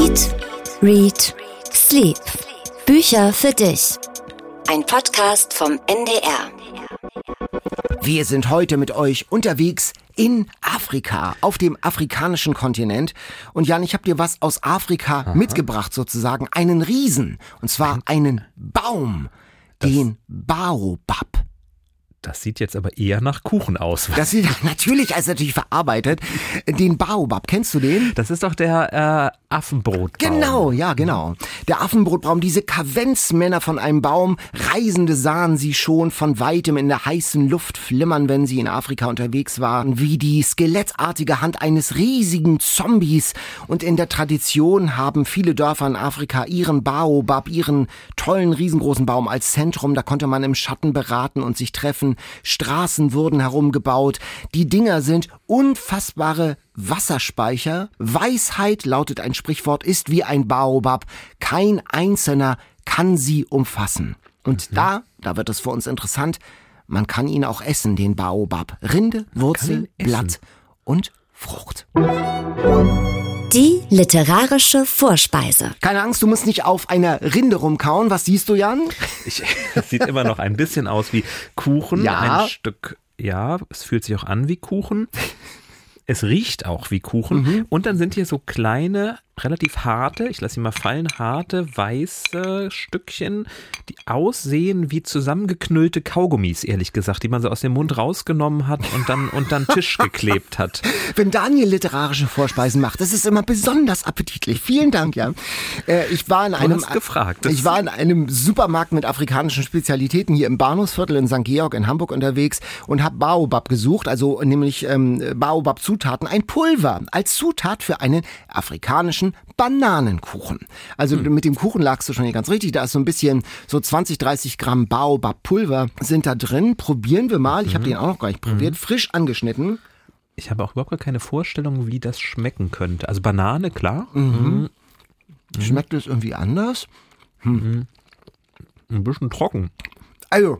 Eat, Read, Sleep. Bücher für dich. Ein Podcast vom NDR. Wir sind heute mit euch unterwegs in Afrika, auf dem afrikanischen Kontinent. Und Jan, ich habe dir was aus Afrika mitgebracht sozusagen, einen Riesen. Und zwar einen Baum, den Baobab. Das sieht jetzt aber eher nach Kuchen aus. Das sieht natürlich verarbeitet. Den Baobab, kennst du den? Das ist doch der Affenbrotbaum. Genau, ja, genau. Der Affenbrotbaum, diese Kavenzmänner von einem Baum, Reisende sahen sie schon von weitem in der heißen Luft flimmern, wenn sie in Afrika unterwegs waren, wie die skelettartige Hand eines riesigen Zombies. Und in der Tradition haben viele Dörfer in Afrika ihren Baobab, ihren tollen, riesengroßen Baum als Zentrum. Da konnte man im Schatten beraten und sich treffen. Straßen wurden herumgebaut. Die Dinger sind unfassbare Wasserspeicher. Weisheit, lautet ein Sprichwort, ist wie ein Baobab. Kein Einzelner kann sie umfassen. Und da wird es für uns interessant, man kann ihn auch essen, den Baobab. Rinde, Wurzel, Blatt und Frucht. Die literarische Vorspeise. Keine Angst, du musst nicht auf einer Rinde rumkauen. Was siehst du, Jan? Es sieht immer noch ein bisschen aus wie Kuchen. Ja. Ein Stück, ja, es fühlt sich auch an wie Kuchen. Es riecht auch wie Kuchen. Und dann sind hier so kleine, relativ harte, ich lasse sie mal fallen, harte, weiße Stückchen, die aussehen wie zusammengeknüllte Kaugummis, ehrlich gesagt, die man so aus dem Mund rausgenommen hat und dann Tisch geklebt hat. Wenn Daniel literarische Vorspeisen macht, das ist immer besonders appetitlich. Vielen Dank, Jan. Ich war in einem Supermarkt mit afrikanischen Spezialitäten hier im Bahnhofsviertel in St. Georg in Hamburg unterwegs und habe Baobab gesucht, also nämlich Baobab-Zutaten, ein Pulver als Zutat für einen afrikanischen Bananenkuchen. Also mit dem Kuchen lagst du schon hier ganz richtig. Da ist so ein bisschen, so 20, 30 Gramm Baobab-Pulver sind da drin. Probieren wir mal. Ich habe den auch noch gar nicht probiert. Frisch angeschnitten. Ich habe auch überhaupt gar keine Vorstellung, wie das schmecken könnte. Also Banane, klar. Schmeckt es irgendwie anders? Ein bisschen trocken. Also,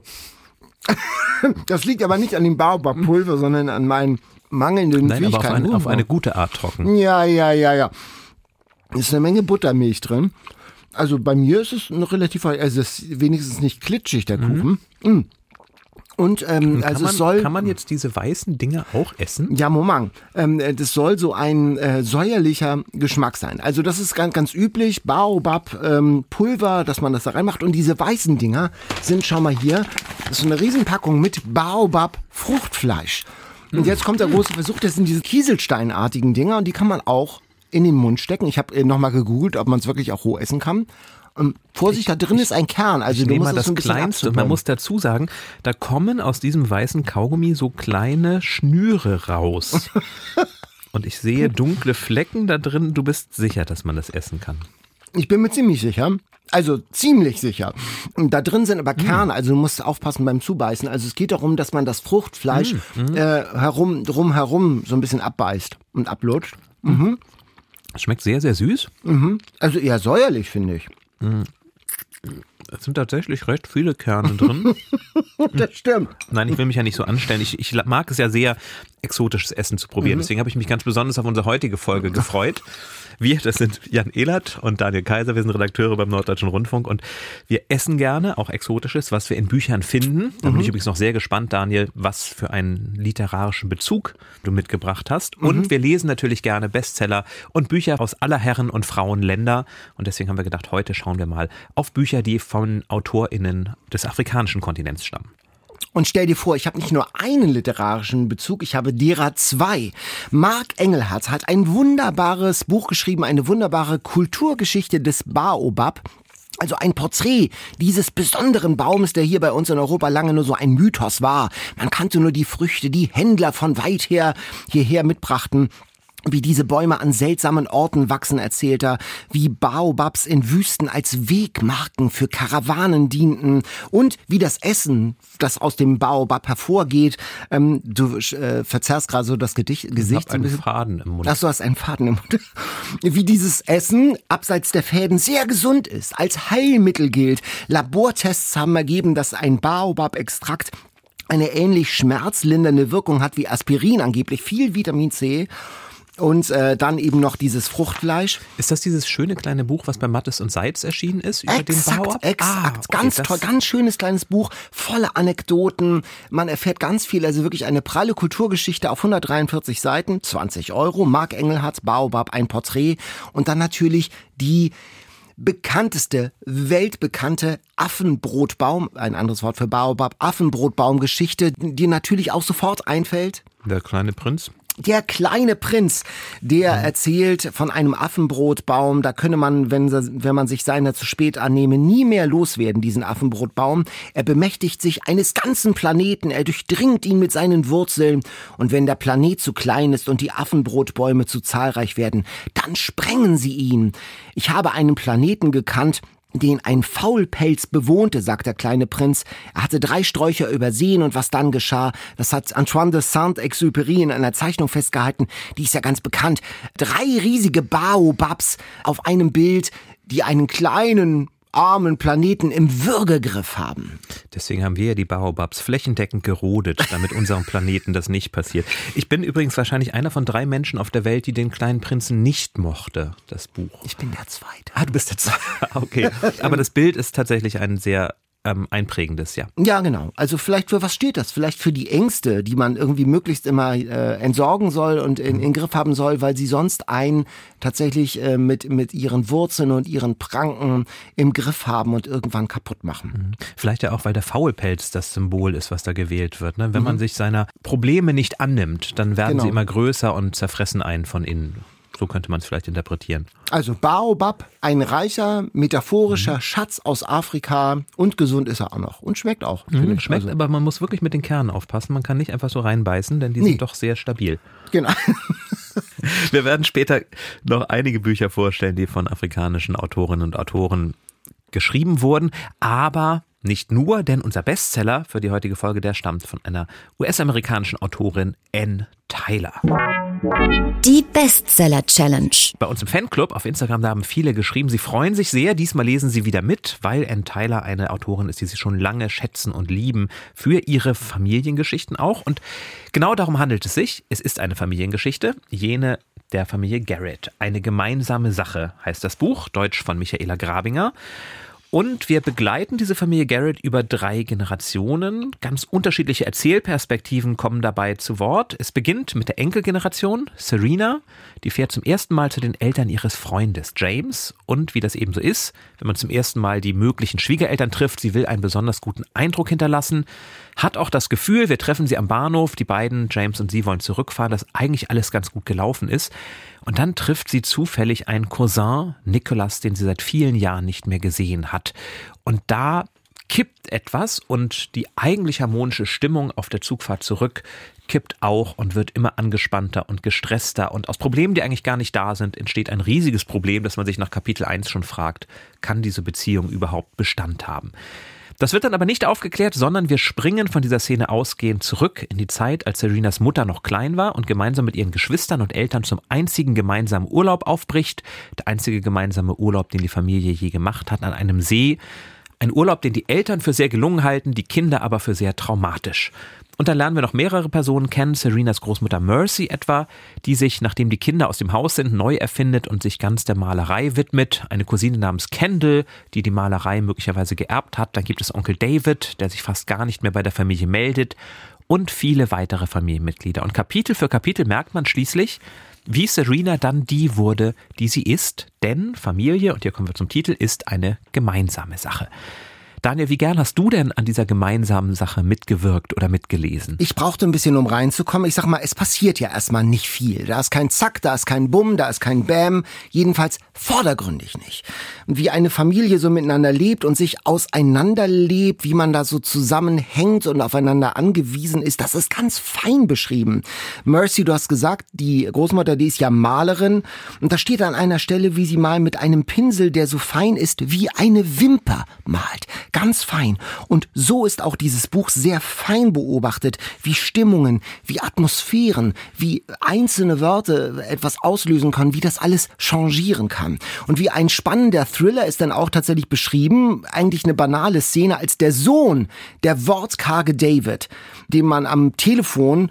das liegt aber nicht an dem Baobab-Pulver, sondern an meinen mangelnden Fähigkeiten. Aber auf eine gute Art trocken. Ja. Ist eine Menge Buttermilch drin. Also bei mir ist es noch relativ, also es ist wenigstens nicht klitschig, der Kuchen. Und kann man jetzt diese weißen Dinge auch essen? Ja, Moment. Das soll so ein säuerlicher Geschmack sein. Also das ist ganz üblich, Baobab Pulver, dass man das da reinmacht. Und diese weißen Dinger sind, schau mal hier, das ist so eine Riesenpackung mit Baobab Fruchtfleisch. Und jetzt kommt der große Versuch, das sind diese kieselsteinartigen Dinger und die kann man auch in den Mund stecken. Ich habe nochmal gegoogelt, ob man es wirklich auch roh essen kann. Vorsicht, da drin ist ein Kern. Also ich du nehme musst mal es so ein das bisschen Kleinste. Man muss dazu sagen, da kommen aus diesem weißen Kaugummi so kleine Schnüre raus. Und ich sehe dunkle Flecken da drin. Du bist sicher, dass man das essen kann? Ich bin mir ziemlich sicher. Also ziemlich sicher. Und da drin sind aber Kerne, also du musst aufpassen beim Zubeißen. Also es geht darum, dass man das Fruchtfleisch drumherum so ein bisschen abbeißt und ablutscht. Es schmeckt sehr, sehr süß. Also eher säuerlich, finde ich. Es sind tatsächlich recht viele Kerne drin. Das stimmt. Nein, ich will mich ja nicht so anstellen. Ich mag es ja sehr, exotisches Essen zu probieren. Deswegen habe ich mich ganz besonders auf unsere heutige Folge gefreut. Wir, das sind Jan Ehlert und Daniel Kaiser, wir sind Redakteure beim Norddeutschen Rundfunk und wir essen gerne, auch Exotisches, was wir in Büchern finden. Da bin ich übrigens noch sehr gespannt, Daniel, was für einen literarischen Bezug du mitgebracht hast. Und wir lesen natürlich gerne Bestseller und Bücher aus aller Herren- und Frauenländer. Und deswegen haben wir gedacht, heute schauen wir mal auf Bücher, die von AutorInnen des afrikanischen Kontinents stammen. Und stell dir vor, ich habe nicht nur einen literarischen Bezug, ich habe derer zwei. Marc Engelhardt hat ein wunderbares Buch geschrieben, eine wunderbare Kulturgeschichte des Baobab. Also ein Porträt dieses besonderen Baumes, der hier bei uns in Europa lange nur so ein Mythos war. Man kannte nur die Früchte, die Händler von weit her hierher mitbrachten. Wie diese Bäume an seltsamen Orten wachsen, erzählt er, wie Baobabs in Wüsten als Wegmarken für Karawanen dienten und wie das Essen, das aus dem Baobab hervorgeht, du verzerrst gerade so das Gesicht. Ich habe einen Faden im Mund. Ach, du hast einen Faden im Mund. Wie dieses Essen abseits der Fäden sehr gesund ist, als Heilmittel gilt. Labortests haben ergeben, dass ein Baobab-Extrakt eine ähnlich schmerzlindernde Wirkung hat wie Aspirin, angeblich viel Vitamin C. Und dann eben noch dieses Fruchtfleisch. Ist das dieses schöne kleine Buch, was bei Mattes und Seitz erschienen ist? Über den Bauab? Exakt. Ganz toll, ganz schönes kleines Buch, voller Anekdoten. Man erfährt ganz viel, also wirklich eine pralle Kulturgeschichte auf 143 Seiten, 20 €. Marc Engelhardt, Baobab, ein Porträt. Und dann natürlich die bekannteste, weltbekannte Affenbrotbaum, ein anderes Wort für Baobab, Affenbrotbaum-Geschichte, die natürlich auch sofort einfällt. Der kleine Prinz. Der kleine Prinz, der erzählt von einem Affenbrotbaum, da könne man, wenn man sich seiner zu spät annehme, nie mehr loswerden, diesen Affenbrotbaum. Er bemächtigt sich eines ganzen Planeten, er durchdringt ihn mit seinen Wurzeln. Und wenn der Planet zu klein ist und die Affenbrotbäume zu zahlreich werden, dann sprengen sie ihn. Ich habe einen Planeten gekannt, den ein Faulpelz bewohnte, sagt der kleine Prinz. Er hatte 3 Sträucher übersehen und was dann geschah, das hat Antoine de Saint-Exupéry in einer Zeichnung festgehalten, die ist ja ganz bekannt. 3 riesige Baobabs auf einem Bild, die einen kleinen, armen Planeten im Würgegriff haben. Deswegen haben wir ja die Baobabs flächendeckend gerodet, damit unserem Planeten das nicht passiert. Ich bin übrigens wahrscheinlich einer von 3 Menschen auf der Welt, die den kleinen Prinzen nicht mochte, das Buch. Ich bin der Zweite. Du bist der Zweite. Okay. Aber das Bild ist tatsächlich ein sehr einprägendes, ja. Ja, genau. Also vielleicht für was steht das? Vielleicht für die Ängste, die man irgendwie möglichst immer entsorgen soll und in Griff haben soll, weil sie sonst einen tatsächlich mit ihren Wurzeln und ihren Pranken im Griff haben und irgendwann kaputt machen. Vielleicht ja auch, weil der Faulpelz das Symbol ist, was da gewählt wird. Ne? Wenn man sich seiner Probleme nicht annimmt, dann werden sie immer größer und zerfressen einen von innen. So könnte man es vielleicht interpretieren. Also Baobab, ein reicher, metaphorischer Schatz aus Afrika und gesund ist er auch noch. Und schmeckt auch. Schmeckt, aber man muss wirklich mit den Kernen aufpassen. Man kann nicht einfach so reinbeißen, denn die sind doch sehr stabil. Genau. Wir werden später noch einige Bücher vorstellen, die von afrikanischen Autorinnen und Autoren geschrieben wurden, aber nicht nur, denn unser Bestseller für die heutige Folge, der stammt von einer US-amerikanischen Autorin, Ann Tyler. Die Bestseller-Challenge. Bei uns im Fanclub auf Instagram, da haben viele geschrieben, sie freuen sich sehr, diesmal lesen sie wieder mit, weil Ann Tyler eine Autorin ist, die sie schon lange schätzen und lieben, für ihre Familiengeschichten auch. Und genau darum handelt es sich. Es ist eine Familiengeschichte, jene der Familie Garrett. Eine gemeinsame Sache heißt das Buch, deutsch von Michaela Grabinger. Und wir begleiten diese Familie Garrett über 3 Generationen. Ganz unterschiedliche Erzählperspektiven kommen dabei zu Wort. Es beginnt mit der Enkelgeneration, Serena. Die fährt zum ersten Mal zu den Eltern ihres Freundes, James. Und wie das eben so ist, wenn man zum ersten Mal die möglichen Schwiegereltern trifft, sie will einen besonders guten Eindruck hinterlassen. Hat auch das Gefühl, wir treffen sie am Bahnhof, die beiden, James und sie, wollen zurückfahren, dass eigentlich alles ganz gut gelaufen ist. Und dann trifft sie zufällig einen Cousin, Nicholas, den sie seit vielen Jahren nicht mehr gesehen hat. Und da kippt etwas und die eigentlich harmonische Stimmung auf der Zugfahrt zurück kippt auch und wird immer angespannter und gestresster. Und aus Problemen, die eigentlich gar nicht da sind, entsteht ein riesiges Problem, dass man sich nach Kapitel 1 schon fragt, kann diese Beziehung überhaupt Bestand haben? Das wird dann aber nicht aufgeklärt, sondern wir springen von dieser Szene ausgehend zurück in die Zeit, als Serenas Mutter noch klein war und gemeinsam mit ihren Geschwistern und Eltern zum einzigen gemeinsamen Urlaub aufbricht. Der einzige gemeinsame Urlaub, den die Familie je gemacht hat, an einem See. Ein Urlaub, den die Eltern für sehr gelungen halten, die Kinder aber für sehr traumatisch. Und dann lernen wir noch mehrere Personen kennen, Serenas Großmutter Mercy etwa, die sich, nachdem die Kinder aus dem Haus sind, neu erfindet und sich ganz der Malerei widmet. Eine Cousine namens Kendall, die die Malerei möglicherweise geerbt hat. Dann gibt es Onkel David, der sich fast gar nicht mehr bei der Familie meldet. Und viele weitere Familienmitglieder. Und Kapitel für Kapitel merkt man schließlich, wie Serena dann die wurde, die sie ist. Denn Familie, und hier kommen wir zum Titel, ist eine gemeinsame Sache. Daniel, wie gern hast du denn an dieser gemeinsamen Sache mitgewirkt oder mitgelesen? Ich brauchte ein bisschen, um reinzukommen. Ich sag mal, es passiert ja erstmal nicht viel. Da ist kein Zack, da ist kein Bumm, da ist kein Bäm. Jedenfalls vordergründig nicht. Und wie eine Familie so miteinander lebt und sich auseinanderlebt, wie man da so zusammenhängt und aufeinander angewiesen ist, das ist ganz fein beschrieben. Mercy, du hast gesagt, die Großmutter, die ist ja Malerin. Und da steht an einer Stelle, wie sie mal mit einem Pinsel, der so fein ist, wie eine Wimper malt. Ganz fein. Und so ist auch dieses Buch sehr fein beobachtet, wie Stimmungen, wie Atmosphären, wie einzelne Wörter etwas auslösen können, wie das alles changieren kann. Und wie ein spannender Thriller ist dann auch tatsächlich beschrieben, eigentlich eine banale Szene, als der Sohn, der wortkarge David, dem man am Telefon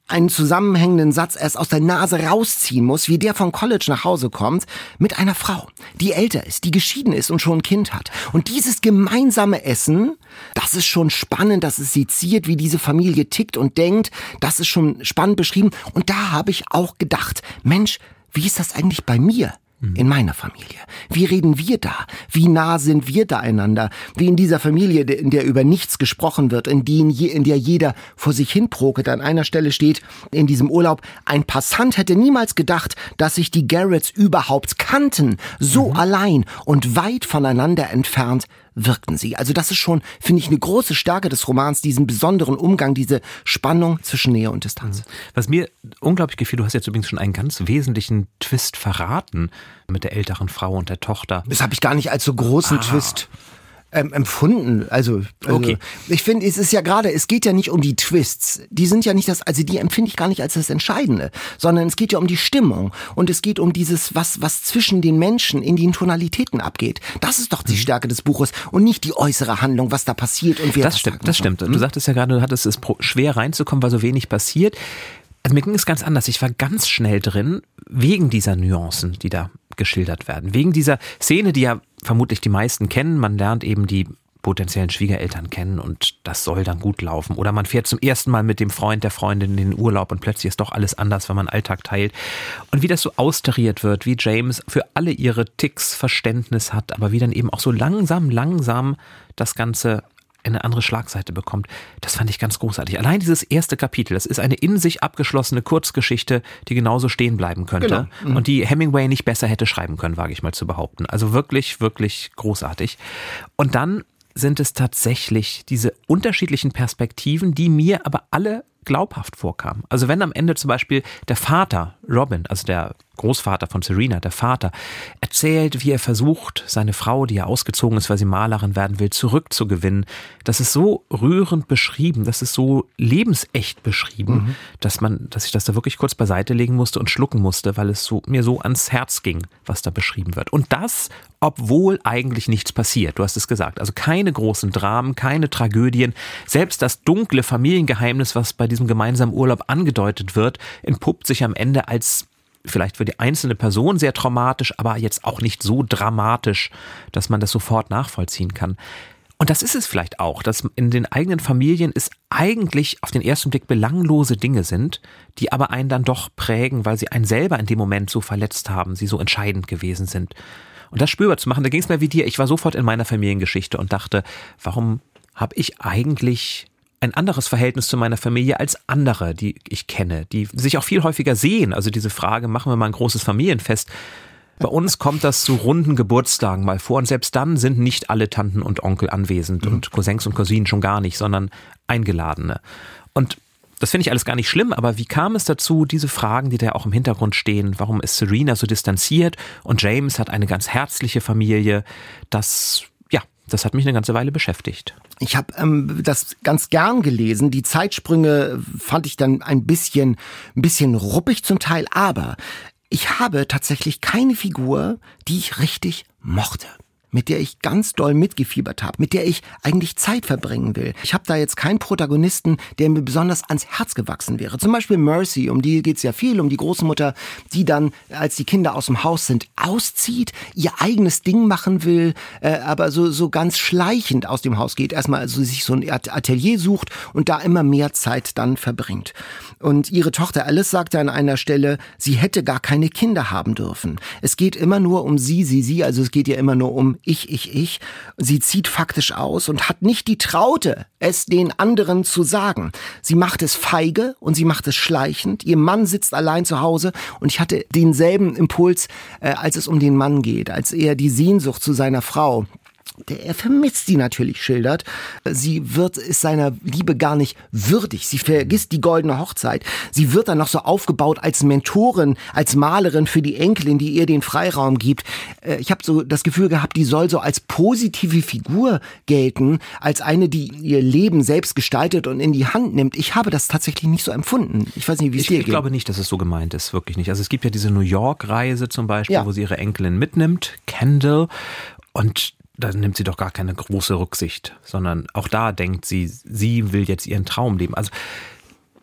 einen zusammenhängenden Satz erst aus der Nase rausziehen muss, wie der vom College nach Hause kommt, mit einer Frau, die älter ist, die geschieden ist und schon ein Kind hat. Und dieses gemeinsame Essen, das ist schon spannend, das ist seziert, wie diese Familie tickt und denkt, das ist schon spannend beschrieben. Und da habe ich auch gedacht, Mensch, wie ist das eigentlich bei mir? In meiner Familie. Wie reden wir da? Wie nah sind wir da einander? Wie in dieser Familie, in der über nichts gesprochen wird, in der jeder vor sich hin prokelt. An einer Stelle steht in diesem Urlaub, ein Passant hätte niemals gedacht, dass sich die Garretts überhaupt kannten. So allein und weit voneinander entfernt wirkten sie. Also das ist schon, finde ich, eine große Stärke des Romans, diesen besonderen Umgang, diese Spannung zwischen Nähe und Distanz. Was mir unglaublich gefiel, du hast jetzt übrigens schon einen ganz wesentlichen Twist verraten mit der älteren Frau und der Tochter. Das habe ich gar nicht als so großen Twist empfunden. Also okay. Ich finde, es geht ja nicht um die Twists. Die sind ja nicht die empfinde ich gar nicht als das Entscheidende, sondern es geht ja um die Stimmung und es geht um dieses, was zwischen den Menschen in den Tonalitäten abgeht. Das ist doch die Stärke des Buches und nicht die äußere Handlung, was da passiert und wer das stimmt, das stimmt. Du sagtest ja gerade, du hattest es schwer reinzukommen, weil so wenig passiert. Also mir ging es ganz anders. Ich war ganz schnell drin, wegen dieser Nuancen, die da geschildert werden. Wegen dieser Szene, die ja vermutlich die meisten kennen. Man lernt eben die potenziellen Schwiegereltern kennen und das soll dann gut laufen. Oder man fährt zum ersten Mal mit dem Freund, der Freundin in den Urlaub und plötzlich ist doch alles anders, wenn man Alltag teilt. Und wie das so austariert wird, wie James für alle ihre Ticks Verständnis hat, aber wie dann eben auch so langsam das Ganze eine andere Schlagseite bekommt. Das fand ich ganz großartig. Allein dieses erste Kapitel, das ist eine in sich abgeschlossene Kurzgeschichte, die genauso stehen bleiben könnte und die Hemingway nicht besser hätte schreiben können, wage ich mal zu behaupten. Also wirklich, wirklich großartig. Und dann sind es tatsächlich diese unterschiedlichen Perspektiven, die mir aber alle glaubhaft vorkamen. Also wenn am Ende zum Beispiel der Vater, Robin, also der Großvater von Serena, der Vater, erzählt, wie er versucht, seine Frau, die ja ausgezogen ist, weil sie Malerin werden will, zurückzugewinnen. Das ist so rührend beschrieben, das ist so lebensecht beschrieben, dass ich das da wirklich kurz beiseite legen musste und schlucken musste, weil es mir so ans Herz ging, was da beschrieben wird. Und das, obwohl eigentlich nichts passiert. Du hast es gesagt. Also keine großen Dramen, keine Tragödien. Selbst das dunkle Familiengeheimnis, was bei diesem gemeinsamen Urlaub angedeutet wird, entpuppt sich am Ende als vielleicht für die einzelne Person sehr traumatisch, aber jetzt auch nicht so dramatisch, dass man das sofort nachvollziehen kann. Und das ist es vielleicht auch, dass in den eigenen Familien es eigentlich auf den ersten Blick belanglose Dinge sind, die aber einen dann doch prägen, weil sie einen selber in dem Moment so verletzt haben, sie so entscheidend gewesen sind. Und das spürbar zu machen, da ging es mir wie dir. Ich war sofort in meiner Familiengeschichte und dachte, warum habe ich eigentlich ein anderes Verhältnis zu meiner Familie als andere, die ich kenne, die sich auch viel häufiger sehen. Also diese Frage, machen wir mal ein großes Familienfest. Bei uns kommt das zu runden Geburtstagen mal vor und selbst dann sind nicht alle Tanten und Onkel anwesend und Cousins und Cousinen schon gar nicht, sondern Eingeladene. Und das finde ich alles gar nicht schlimm, aber wie kam es dazu, diese Fragen, die da auch im Hintergrund stehen, warum ist Serena so distanziert und James hat eine ganz herzliche Familie, das hat mich eine ganze Weile beschäftigt. Ich habe das ganz gern gelesen. Die Zeitsprünge fand ich dann ein bisschen ruppig zum Teil, aber ich habe tatsächlich keine Figur, die ich richtig mochte, mit der ich ganz doll mitgefiebert habe, mit der ich eigentlich Zeit verbringen will. Ich habe da jetzt keinen Protagonisten, der mir besonders ans Herz gewachsen wäre. Zum Beispiel Mercy, um die geht's ja viel, um die Großmutter, die dann, als die Kinder aus dem Haus sind, auszieht, ihr eigenes Ding machen will, aber so ganz schleichend aus dem Haus geht. Erstmal also sich so ein Atelier sucht und da immer mehr Zeit dann verbringt. Und ihre Tochter Alice sagte an einer Stelle, sie hätte gar keine Kinder haben dürfen. Es geht immer nur um sie, also es geht ja immer nur um ich. Sie zieht faktisch aus und hat nicht die Traute, es den anderen zu sagen. Sie macht es feige und sie macht es schleichend. Ihr Mann sitzt allein zu Hause und ich hatte denselben Impuls, als es um den Mann geht, als er die Sehnsucht zu seiner Frau, er vermisst sie natürlich, schildert. Sie ist seiner Liebe gar nicht würdig. Sie vergisst die goldene Hochzeit. Sie wird dann noch so aufgebaut als Mentorin, als Malerin für die Enkelin, die ihr den Freiraum gibt. Ich habe so das Gefühl gehabt, die soll so als positive Figur gelten, als eine, die ihr Leben selbst gestaltet und in die Hand nimmt. Ich habe das tatsächlich nicht so empfunden. Ich weiß nicht, wie es dir geht. Ich glaube nicht, dass es so gemeint ist, wirklich nicht. Also es gibt ja diese New York-Reise zum Beispiel, wo sie ihre Enkelin mitnimmt, Kendall, und da nimmt sie doch gar keine große Rücksicht, sondern auch da denkt sie will jetzt ihren Traum leben. Also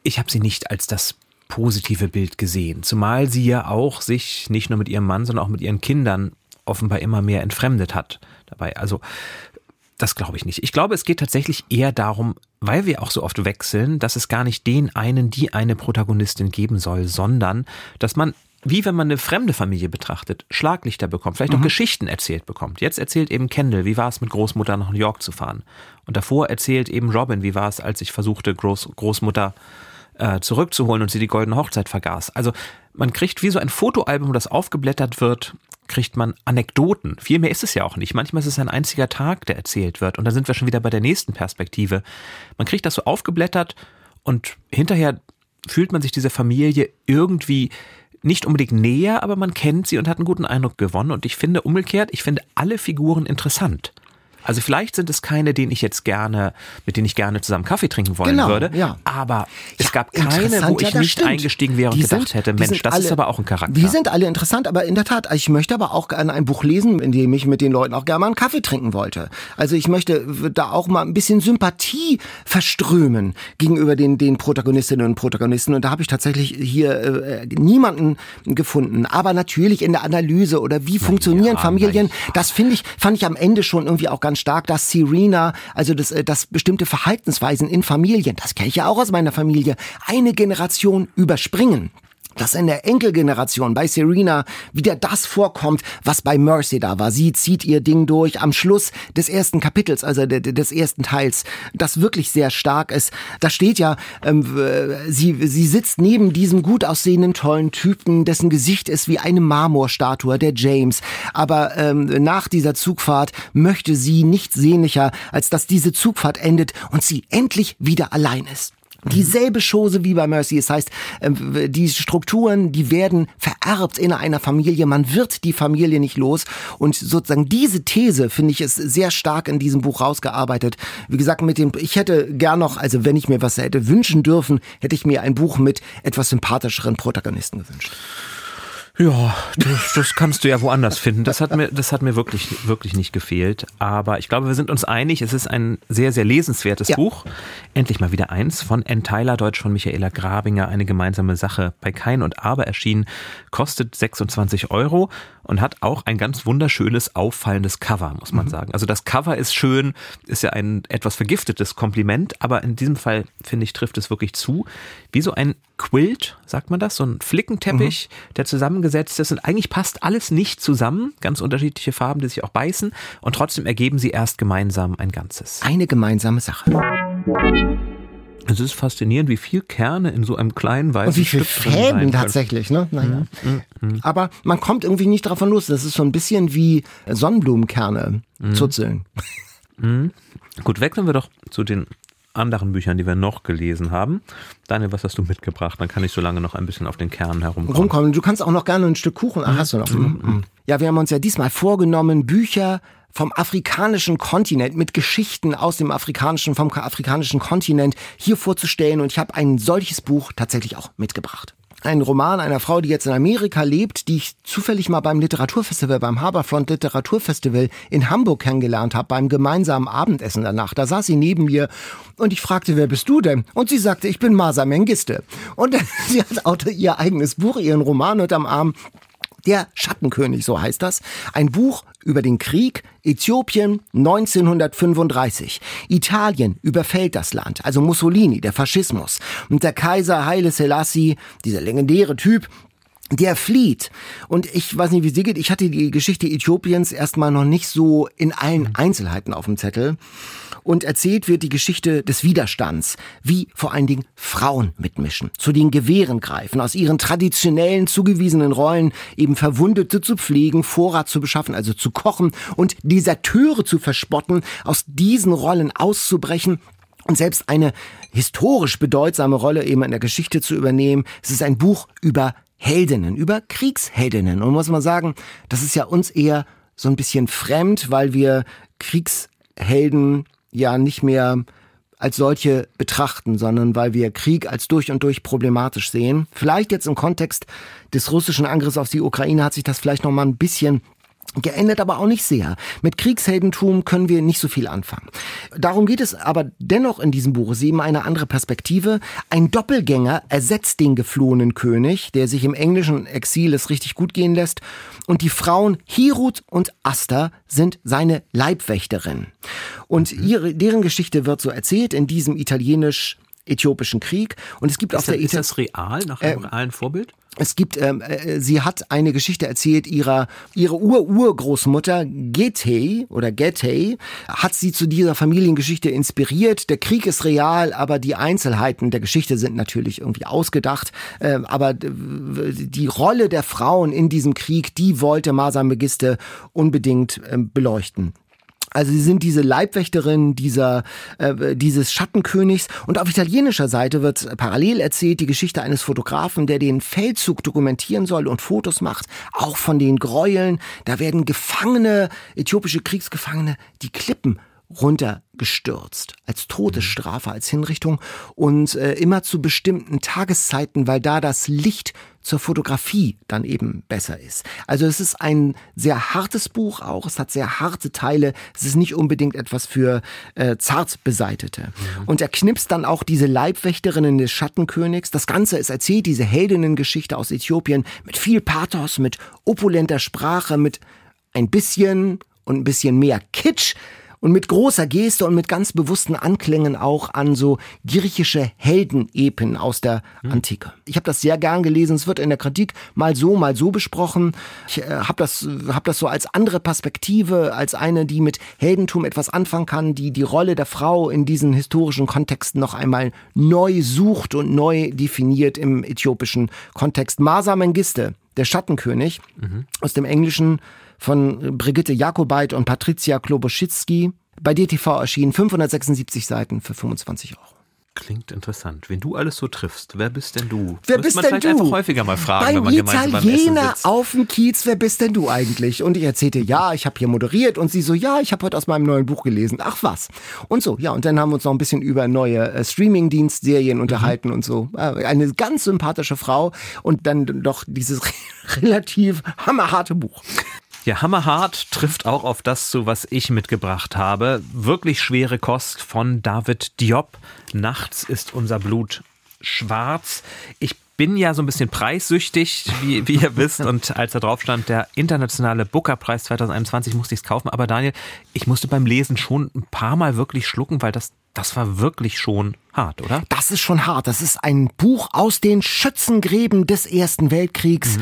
ich habe sie nicht als das positive Bild gesehen. Zumal sie ja auch sich nicht nur mit ihrem Mann, sondern auch mit ihren Kindern offenbar immer mehr entfremdet hat dabei. Also das glaube ich nicht. Ich glaube, es geht tatsächlich eher darum, weil wir auch so oft wechseln, dass es gar nicht die eine Protagonistin geben soll, sondern dass man, wie wenn man eine fremde Familie betrachtet, Schlaglichter bekommt, vielleicht auch Geschichten erzählt bekommt. Jetzt erzählt eben Kendall, wie war es mit Großmutter nach New York zu fahren. Und davor erzählt eben Robin, wie war es, als ich versuchte, Großmutter zurückzuholen und sie die goldene Hochzeit vergaß. Also man kriegt wie so ein Fotoalbum, das aufgeblättert wird, kriegt man Anekdoten. Viel mehr ist es ja auch nicht. Manchmal ist es ein einziger Tag, der erzählt wird. Und dann sind wir schon wieder bei der nächsten Perspektive. Man kriegt das so aufgeblättert und hinterher fühlt man sich dieser Familie irgendwie nicht unbedingt näher, aber man kennt sie und hat einen guten Eindruck gewonnen. Und ich finde umgekehrt, alle Figuren interessant. Also vielleicht sind es keine, mit denen ich gerne zusammen Kaffee trinken wollen würde. Ja. Aber es gab keine, wo ich nicht eingestiegen wäre und gedacht hätte, Mensch, das ist aber auch ein Charakter. Die sind alle interessant, aber in der Tat, ich möchte aber auch gerne ein Buch lesen, in dem ich mit den Leuten auch gerne mal einen Kaffee trinken wollte. Also ich möchte da auch mal ein bisschen Sympathie verströmen gegenüber den Protagonistinnen und Protagonisten. Und da habe ich tatsächlich hier niemanden gefunden. Aber natürlich in der Analyse oder wie funktionieren Familien, das fand ich am Ende schon irgendwie auch ganz stark, dass Serena, also das bestimmte Verhaltensweisen in Familien, das kenne ich ja auch aus meiner Familie, eine Generation überspringen. Dass in der Enkelgeneration bei Serena wieder das vorkommt, was bei Mercy da war. Sie zieht ihr Ding durch am Schluss des ersten Kapitels, also des ersten Teils, das wirklich sehr stark ist. Da steht ja, sie sitzt neben diesem gut aussehenden, tollen Typen, dessen Gesicht ist wie eine Marmorstatue, der James. Aber nach dieser Zugfahrt möchte sie nichts sehnlicher, als dass diese Zugfahrt endet und sie endlich wieder allein ist. Dieselbe Chose wie bei Mercy. Das heißt, die Strukturen, die werden vererbt in einer Familie. Man wird die Familie nicht los. Und sozusagen diese These, finde ich, ist sehr stark in diesem Buch rausgearbeitet. Wie gesagt, ich hätte gern noch, also wenn ich mir was hätte wünschen dürfen, hätte ich mir ein Buch mit etwas sympathischeren Protagonisten gewünscht. Ja, das kannst du ja woanders finden. Das hat mir wirklich nicht gefehlt. Aber ich glaube, wir sind uns einig, es ist ein sehr, sehr lesenswertes Buch. Endlich mal wieder eins von Ann Tyler, Deutsch von Michaela Grabinger, eine gemeinsame Sache bei Kein und Aber erschienen, kostet 26 € und hat auch ein ganz wunderschönes, auffallendes Cover, muss man sagen. Also das Cover ist schön, ist ja ein etwas vergiftetes Kompliment, aber in diesem Fall, finde ich, trifft es wirklich zu. Wie so ein Quilt, sagt man das, so ein Flickenteppich, der zusammengesetzt ist und eigentlich passt alles nicht zusammen, ganz unterschiedliche Farben, die sich auch beißen und trotzdem ergeben sie erst gemeinsam ein Ganzes. Eine gemeinsame Sache. Es ist faszinierend, wie viel Kerne in so einem kleinen weißen und wie viel Stück Fäden tatsächlich, ne? Naja. Aber man kommt irgendwie nicht davon los. Das ist so ein bisschen wie Sonnenblumenkerne zuzeln. Gut, wechseln wir doch zu den anderen Büchern, die wir noch gelesen haben. Daniel, was hast du mitgebracht? Dann kann ich so lange noch ein bisschen auf den Kern herumkommen. Du kannst auch noch gerne ein Stück Kuchen. Ach, hast du noch? Ja, wir haben uns ja diesmal vorgenommen, Bücher vom afrikanischen Kontinent mit Geschichten vom afrikanischen Kontinent hier vorzustellen. Und ich habe ein solches Buch tatsächlich auch mitgebracht. Ein Roman einer Frau, die jetzt in Amerika lebt, die ich zufällig mal beim Literaturfestival, beim Harbourfront Literaturfestival in Hamburg kennengelernt habe, beim gemeinsamen Abendessen danach. Da saß sie neben mir und ich fragte, wer bist du denn? Und sie sagte, ich bin Masa Mengiste. Und sie hat ihr eigenes Buch, ihren Roman unterm Arm. Der Schattenkönig, so heißt das. Ein Buch über den Krieg, Äthiopien 1935. Italien überfällt das Land, also Mussolini, der Faschismus. Und der Kaiser Haile Selassie, dieser legendäre Typ, der flieht. Und ich weiß nicht, wie es dir geht, ich hatte die Geschichte Äthiopiens erstmal noch nicht so in allen Einzelheiten auf dem Zettel. Und erzählt wird die Geschichte des Widerstands, wie vor allen Dingen Frauen mitmischen, zu den Gewehren greifen, aus ihren traditionellen zugewiesenen Rollen eben Verwundete zu pflegen, Vorrat zu beschaffen, also zu kochen und Deserteure zu verspotten, aus diesen Rollen auszubrechen und selbst eine historisch bedeutsame Rolle eben in der Geschichte zu übernehmen. Es ist ein Buch über Heldinnen, über Kriegsheldinnen. Und muss man sagen, das ist ja uns eher so ein bisschen fremd, weil wir Kriegshelden ja nicht mehr als solche betrachten, sondern weil wir Krieg als durch und durch problematisch sehen. Vielleicht jetzt im Kontext des russischen Angriffs auf die Ukraine hat sich das vielleicht noch mal ein bisschen Geändert aber auch nicht sehr. Mit Kriegsheldentum können wir nicht so viel anfangen. Darum geht es aber dennoch in diesem Buch. Es ist eben eine andere Perspektive. Ein Doppelgänger ersetzt den geflohenen König, der sich im englischen Exil es richtig gut gehen lässt. Und die Frauen Hirut und Asta sind seine Leibwächterinnen. Und deren Geschichte wird so erzählt in diesem italienisch-äthiopischen Krieg. Und es gibt ist das real, nach einem realen Vorbild? Es gibt, sie hat eine Geschichte erzählt, ihre Urgroßmutter Getei hat sie zu dieser Familiengeschichte inspiriert. Der Krieg ist real, aber die Einzelheiten der Geschichte sind natürlich irgendwie ausgedacht. Aber die Rolle der Frauen in diesem Krieg, die wollte Mansa Mengiste unbedingt beleuchten. Also sie sind diese Leibwächterin dieses Schattenkönigs. Und auf italienischer Seite wird parallel erzählt die Geschichte eines Fotografen, der den Feldzug dokumentieren soll und Fotos macht, auch von den Gräueln. Da werden äthiopische Kriegsgefangene, die Klippen runtergestürzt, als Todesstrafe, als Hinrichtung und immer zu bestimmten Tageszeiten, weil da das Licht zur Fotografie dann eben besser ist. Also es ist ein sehr hartes Buch auch, es hat sehr harte Teile, es ist nicht unbedingt etwas für zart Beseitete. Und er knipst dann auch diese Leibwächterinnen des Schattenkönigs. Das Ganze ist erzählt, diese Heldinnengeschichte aus Äthiopien, mit viel Pathos, mit opulenter Sprache, mit ein bisschen mehr Kitsch, und mit großer Geste und mit ganz bewussten Anklängen auch an so griechische Heldenepen aus der Antike. Ich habe das sehr gern gelesen. Es wird in der Kritik mal so besprochen. Ich habe das so als andere Perspektive, als eine, die mit Heldentum etwas anfangen kann, die Rolle der Frau in diesen historischen Kontexten noch einmal neu sucht und neu definiert im äthiopischen Kontext. Mansa Mengiste, der Schattenkönig, aus dem Englischen von Brigitte Jakobait und Patricia Kloboschitzky, bei DTV erschienen, 576 Seiten für 25 €. Klingt interessant. Wenn du alles so triffst, wer bist denn du? Wer bist denn du? Einfach häufiger mal fragen, beim wenn man gemeinsam beim Essen Italiener sitzt. auf dem Kiez, wer bist denn du eigentlich? Und ich erzählte, ja, ich habe hier moderiert und sie so, ja, ich habe heute aus meinem neuen Buch gelesen. Ach was. Und so, ja, und dann haben wir uns noch ein bisschen über neue Streaming-Dienstserien unterhalten und so. Eine ganz sympathische Frau und dann doch dieses relativ hammerharte Buch. Ja, hammerhart trifft auch auf das zu, was ich mitgebracht habe. Wirklich schwere Kost von David Diop. Nachts ist unser Blut schwarz. Ich bin ja so ein bisschen preissüchtig, wie ihr wisst. Und als da drauf stand, der internationale Booker-Preis 2021, musste ich es kaufen. Aber Daniel, ich musste beim Lesen schon ein paar Mal wirklich schlucken, weil das war wirklich schon hart, oder? Das ist schon hart. Das ist ein Buch aus den Schützengräben des Ersten Weltkriegs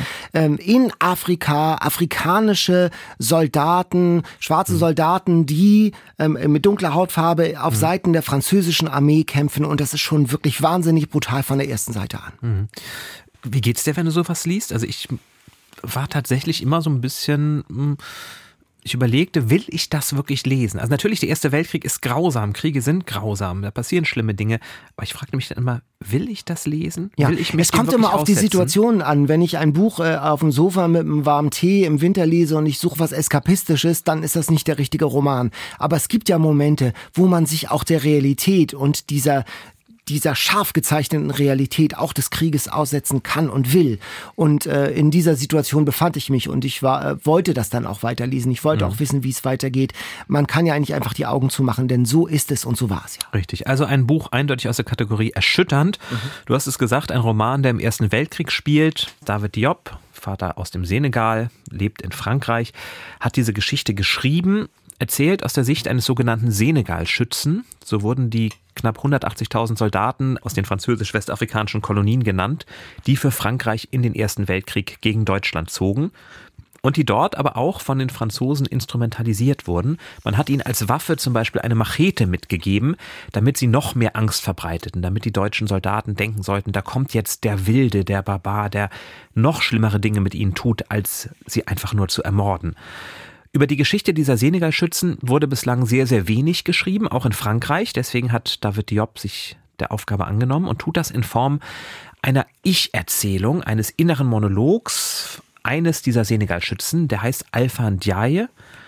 in Afrika. Afrikanische Soldaten, schwarze Soldaten, die mit dunkler Hautfarbe auf Seiten der französischen Armee kämpfen. Und das ist schon wirklich wahnsinnig brutal von der ersten Seite an. Wie geht's dir, wenn du sowas liest? Also ich war tatsächlich immer so ein bisschen... Ich überlegte, will ich das wirklich lesen? Also natürlich, der Erste Weltkrieg ist grausam, Kriege sind grausam, da passieren schlimme Dinge, aber ich fragte mich dann immer, will ich das lesen? Ja, will ich mich es kommt immer auf die Situation an. Wenn ich ein Buch auf dem Sofa mit einem warmen Tee im Winter lese und ich suche was Eskapistisches, dann ist das nicht der richtige Roman. Aber es gibt ja Momente, wo man sich auch der Realität und dieser scharf gezeichneten Realität auch des Krieges aussetzen kann und will. Und in dieser Situation befand ich mich und ich wollte das dann auch weiterlesen. Ich wollte auch wissen, wie es weitergeht. Man kann ja eigentlich einfach die Augen zumachen, denn so ist es und so war es ja. Richtig, also ein Buch eindeutig aus der Kategorie erschütternd. Du hast es gesagt, ein Roman, der im Ersten Weltkrieg spielt. David Diop, Vater aus dem Senegal, lebt in Frankreich, hat diese Geschichte geschrieben, erzählt aus der Sicht eines sogenannten Senegal-Schützen. So wurden die knapp 180.000 Soldaten aus den französisch-westafrikanischen Kolonien genannt, die für Frankreich in den Ersten Weltkrieg gegen Deutschland zogen und die dort aber auch von den Franzosen instrumentalisiert wurden. Man hat ihnen als Waffe zum Beispiel eine Machete mitgegeben, damit sie noch mehr Angst verbreiteten, damit die deutschen Soldaten denken sollten, da kommt jetzt der Wilde, der Barbar, der noch schlimmere Dinge mit ihnen tut, als sie einfach nur zu ermorden. Über die Geschichte dieser Senegal-Schützen wurde bislang sehr, sehr wenig geschrieben, auch in Frankreich. Deswegen hat David Diop sich der Aufgabe angenommen und tut das in Form einer Ich-Erzählung, eines inneren Monologs eines dieser Senegal-Schützen, der heißt Alpha Ndiaye.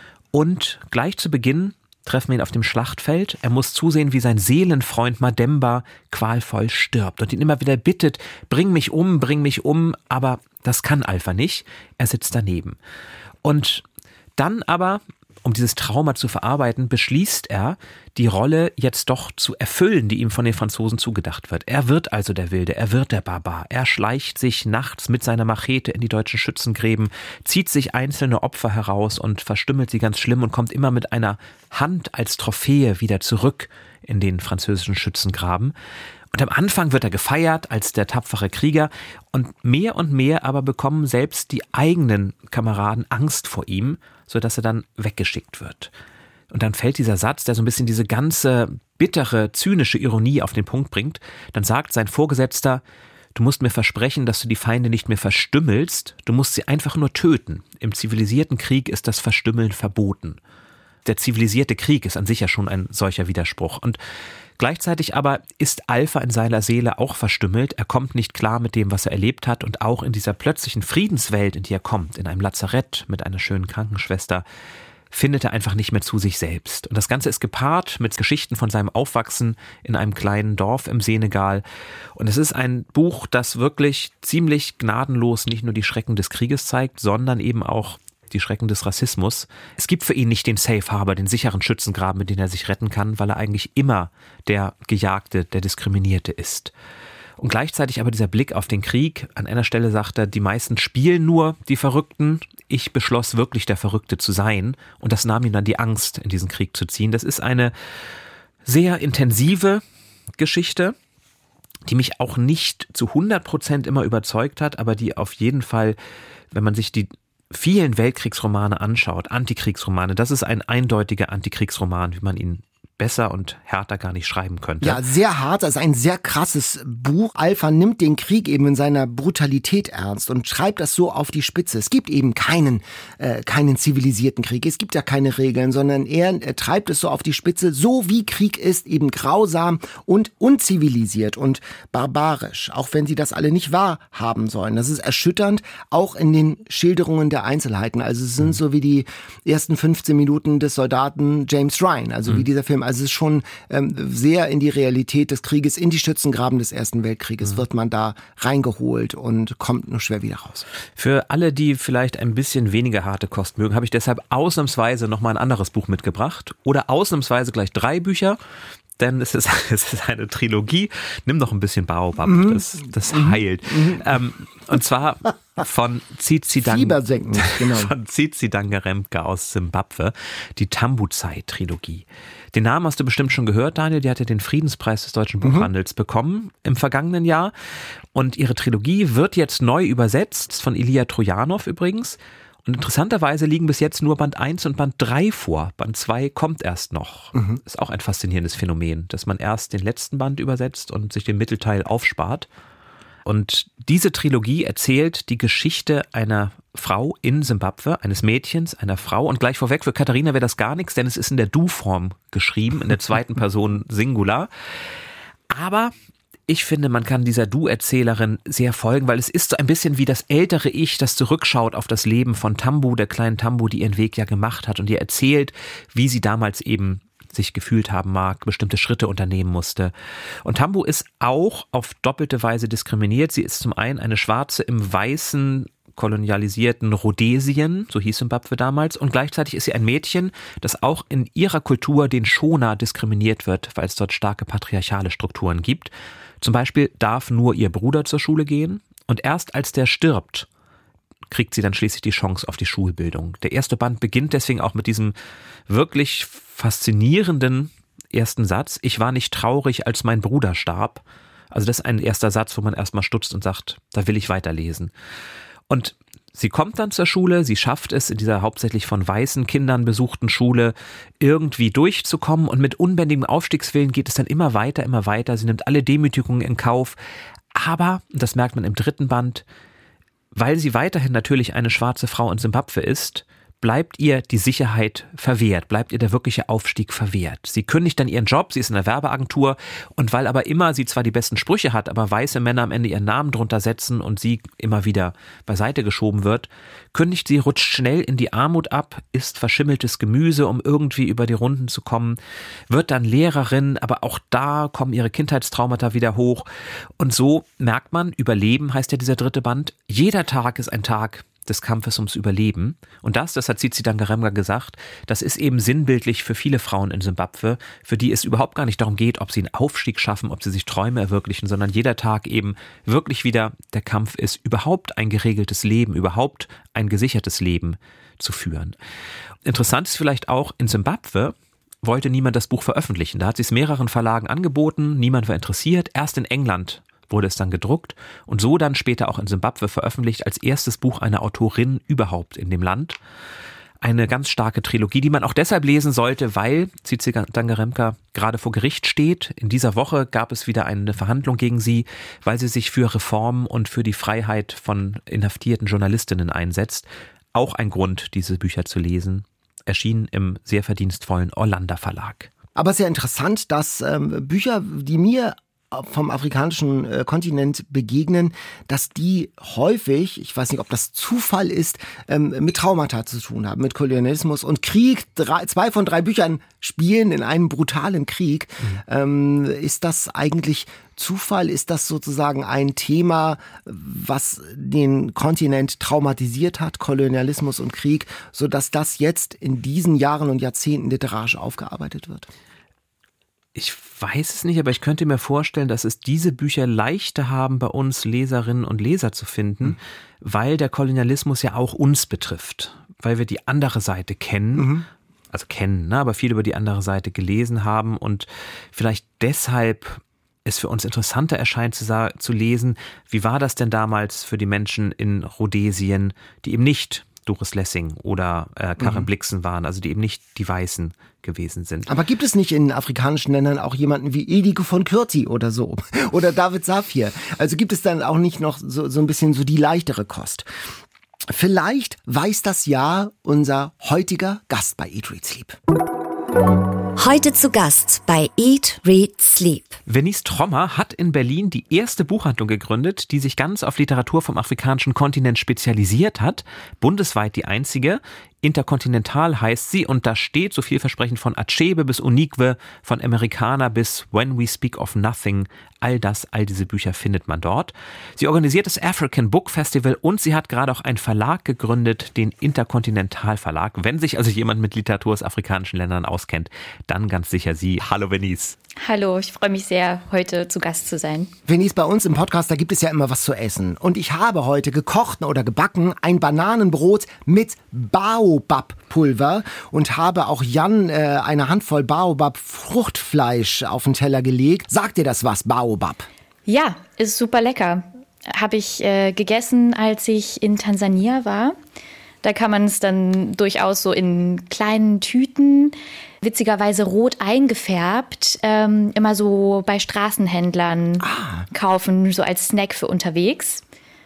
Und gleich zu Beginn treffen wir ihn auf dem Schlachtfeld. Er muss zusehen, wie sein Seelenfreund Mademba qualvoll stirbt und ihn immer wieder bittet, bring mich um, aber das kann Alpha nicht. Er sitzt daneben. Und Dann aber, um dieses Trauma zu verarbeiten, beschließt er, die Rolle jetzt doch zu erfüllen, die ihm von den Franzosen zugedacht wird. Er wird also der Wilde, er wird der Barbar. Er schleicht sich nachts mit seiner Machete in die deutschen Schützengräben, zieht sich einzelne Opfer heraus und verstümmelt sie ganz schlimm und kommt immer mit einer Hand als Trophäe wieder zurück in den französischen Schützengraben. Und am Anfang wird er gefeiert als der tapfere Krieger und mehr aber bekommen selbst die eigenen Kameraden Angst vor ihm, sodass er dann weggeschickt wird. Und dann fällt dieser Satz, der so ein bisschen diese ganze bittere, zynische Ironie auf den Punkt bringt. Dann sagt sein Vorgesetzter: Du musst mir versprechen, dass du die Feinde nicht mehr verstümmelst, du musst sie einfach nur töten. Im zivilisierten Krieg ist das Verstümmeln verboten. Der zivilisierte Krieg ist an sich ja schon ein solcher Widerspruch. Und gleichzeitig aber ist Alpha in seiner Seele auch verstümmelt. Er kommt nicht klar mit dem, was er erlebt hat. Und auch in dieser plötzlichen Friedenswelt, in die er kommt, in einem Lazarett mit einer schönen Krankenschwester, findet er einfach nicht mehr zu sich selbst. Und das Ganze ist gepaart mit Geschichten von seinem Aufwachsen in einem kleinen Dorf im Senegal. Und es ist ein Buch, das wirklich ziemlich gnadenlos nicht nur die Schrecken des Krieges zeigt, sondern eben auch die Schrecken des Rassismus. Es gibt für ihn nicht den Safe Harbor, den sicheren Schützengraben, mit dem er sich retten kann, weil er eigentlich immer der Gejagte, der Diskriminierte ist. Und gleichzeitig aber dieser Blick auf den Krieg. An einer Stelle sagt er, die meisten spielen nur die Verrückten. Ich beschloss wirklich der Verrückte zu sein. Und das nahm ihm dann die Angst, in diesen Krieg zu ziehen. Das ist eine sehr intensive Geschichte, die mich auch nicht zu 100% immer überzeugt hat, aber die auf jeden Fall, wenn man sich die vielen Weltkriegsromane anschaut, Antikriegsromane, das ist ein eindeutiger Antikriegsroman, wie man ihn besser und härter gar nicht schreiben könnte. Ja, sehr hart, das ist ein sehr krasses Buch. Alpha nimmt den Krieg eben in seiner Brutalität ernst und schreibt das so auf die Spitze. Es gibt eben keinen zivilisierten Krieg, es gibt ja keine Regeln, sondern er treibt es so auf die Spitze, so wie Krieg ist, eben grausam und unzivilisiert und barbarisch, auch wenn sie das alle nicht wahrhaben sollen. Das ist erschütternd, auch in den Schilderungen der Einzelheiten. Also es sind so wie die ersten 15 Minuten des Soldaten James Ryan, also wie dieser Film. Also es ist schon sehr in die Realität des Krieges, in die Schützengraben des Ersten Weltkrieges wird man da reingeholt und kommt nur schwer wieder raus. Für alle, die vielleicht ein bisschen weniger harte Kost mögen, habe ich deshalb ausnahmsweise nochmal ein anderes Buch mitgebracht oder ausnahmsweise gleich 3 Bücher. Denn es ist eine Trilogie. Nimm doch ein bisschen Baobab, das heilt. Und zwar von Tsitsi Dangarembga aus Simbabwe, die Tambuzai-Trilogie. Den Namen hast du bestimmt schon gehört, Daniel. Die hat ja den Friedenspreis des deutschen Buchhandels bekommen im vergangenen Jahr. Und ihre Trilogie wird jetzt neu übersetzt, von Ilya Trojanow übrigens. Und interessanterweise liegen bis jetzt nur Band 1 und Band 3 vor. Band 2 kommt erst noch. Ist auch ein faszinierendes Phänomen, dass man erst den letzten Band übersetzt und sich den Mittelteil aufspart. Und diese Trilogie erzählt die Geschichte einer Frau in Simbabwe, eines Mädchens, einer Frau. Und gleich vorweg, für Katharina wäre das gar nichts, denn es ist in der Du-Form geschrieben, in der zweiten Person Singular. Aber ich finde, man kann dieser Du-Erzählerin sehr folgen, weil es ist so ein bisschen wie das ältere Ich, das zurückschaut auf das Leben von Tambu, der kleinen Tambu, die ihren Weg ja gemacht hat und ihr erzählt, wie sie damals eben sich gefühlt haben mag, bestimmte Schritte unternehmen musste. Und Tambu ist auch auf doppelte Weise diskriminiert. Sie ist zum einen eine Schwarze im weißen, kolonialisierten Rhodesien, so hieß Simbabwe damals, und gleichzeitig ist sie ein Mädchen, das auch in ihrer Kultur den Shona diskriminiert wird, weil es dort starke patriarchale Strukturen gibt. Zum Beispiel darf nur ihr Bruder zur Schule gehen und erst als der stirbt, kriegt sie dann schließlich die Chance auf die Schulbildung. Der erste Band beginnt deswegen auch mit diesem wirklich faszinierenden ersten Satz: Ich war nicht traurig, als mein Bruder starb. Also das ist ein erster Satz, wo man erstmal stutzt und sagt, da will ich weiterlesen. Und sie kommt dann zur Schule, sie schafft es, in dieser hauptsächlich von weißen Kindern besuchten Schule irgendwie durchzukommen und mit unbändigem Aufstiegswillen geht es dann immer weiter. Sie nimmt alle Demütigungen in Kauf. Aber, und das merkt man im 3. Band, weil sie weiterhin natürlich eine schwarze Frau in Simbabwe ist, bleibt ihr die Sicherheit verwehrt, bleibt ihr der wirkliche Aufstieg verwehrt. Sie kündigt dann ihren Job, sie ist in der Werbeagentur und weil aber immer sie zwar die besten Sprüche hat, aber weiße Männer am Ende ihren Namen drunter setzen und sie immer wieder beiseite geschoben wird, kündigt sie, rutscht schnell in die Armut ab, isst verschimmeltes Gemüse, um irgendwie über die Runden zu kommen, wird dann Lehrerin, aber auch da kommen ihre Kindheitstraumata wieder hoch und so merkt man, Überleben heißt ja dieser 3. Band, jeder Tag ist ein Tag, des Kampfes ums Überleben. Und das hat Tsitsi Dangarembga gesagt, das ist eben sinnbildlich für viele Frauen in Simbabwe, für die es überhaupt gar nicht darum geht, ob sie einen Aufstieg schaffen, ob sie sich Träume erwirklichen, sondern jeder Tag eben wirklich wieder der Kampf ist, überhaupt ein geregeltes Leben, überhaupt ein gesichertes Leben zu führen. Interessant ist vielleicht auch, in Simbabwe wollte niemand das Buch veröffentlichen. Da hat sie es mehreren Verlagen angeboten, niemand war interessiert. Erst in England wurde es dann gedruckt und so dann später auch in Simbabwe veröffentlicht als erstes Buch einer Autorin überhaupt in dem Land. Eine ganz starke Trilogie, die man auch deshalb lesen sollte, weil Tsitsi Dangarembga gerade vor Gericht steht. In dieser Woche gab es wieder eine Verhandlung gegen sie, weil sie sich für Reformen und für die Freiheit von inhaftierten Journalistinnen einsetzt. Auch ein Grund, diese Bücher zu lesen. Erschienen im sehr verdienstvollen Orlando Verlag. Aber es ist ja interessant, dass Bücher, die mir vom afrikanischen Kontinent begegnen, dass die häufig, ich weiß nicht, ob das Zufall ist, mit Traumata zu tun haben, mit Kolonialismus und Krieg. 2 von 3 Büchern spielen in einem brutalen Krieg. Ist das eigentlich Zufall? Ist das sozusagen ein Thema, was den Kontinent traumatisiert hat, Kolonialismus und Krieg, sodass das jetzt in diesen Jahren und Jahrzehnten literarisch aufgearbeitet wird? Ich weiß es nicht, aber ich könnte mir vorstellen, dass es diese Bücher leichter haben, bei uns Leserinnen und Leser zu finden, weil der Kolonialismus ja auch uns betrifft, weil wir die andere Seite kennen, aber viel über die andere Seite gelesen haben und vielleicht deshalb es für uns interessanter erscheint zu lesen, wie war das denn damals für die Menschen in Rhodesien, die eben nicht Doris Lessing oder Karen Blixen waren, also die eben nicht die Weißen gewesen sind. Aber gibt es nicht in afrikanischen Ländern auch jemanden wie Eliko von Kürti oder so? Oder David Safir? Also gibt es dann auch nicht noch so ein bisschen so die leichtere Kost? Vielleicht weiß das ja unser heutiger Gast bei Eat, Read, Sleep. Heute zu Gast bei Eat, Read, Sleep. Venice Trommer hat in Berlin die erste Buchhandlung gegründet, die sich ganz auf Literatur vom afrikanischen Kontinent spezialisiert hat. Bundesweit die einzige. Interkontinental heißt sie und da steht so vielversprechend von Achebe bis Unique, von Amerikaner bis When We Speak of Nothing. All diese Bücher findet man dort. Sie organisiert das African Book Festival und sie hat gerade auch einen Verlag gegründet, den Interkontinental Verlag. Wenn sich also jemand mit Literatur aus afrikanischen Ländern auskennt, dann ganz sicher sie. Hallo Venice. Hallo, ich freue mich sehr, heute zu Gast zu sein. Venice, bei uns im Podcast, da gibt es ja immer was zu essen. Und ich habe heute gekocht oder gebacken ein Bananenbrot mit Baobab-Pulver und habe auch Jan eine Handvoll Baobab-Fruchtfleisch auf den Teller gelegt. Sagt dir das was, Baobab? Ja, ist super lecker. Habe ich gegessen, als ich in Tansania war. Da kann man es dann durchaus so in kleinen Tüten, witzigerweise rot eingefärbt, immer so bei Straßenhändlern kaufen, so als Snack für unterwegs.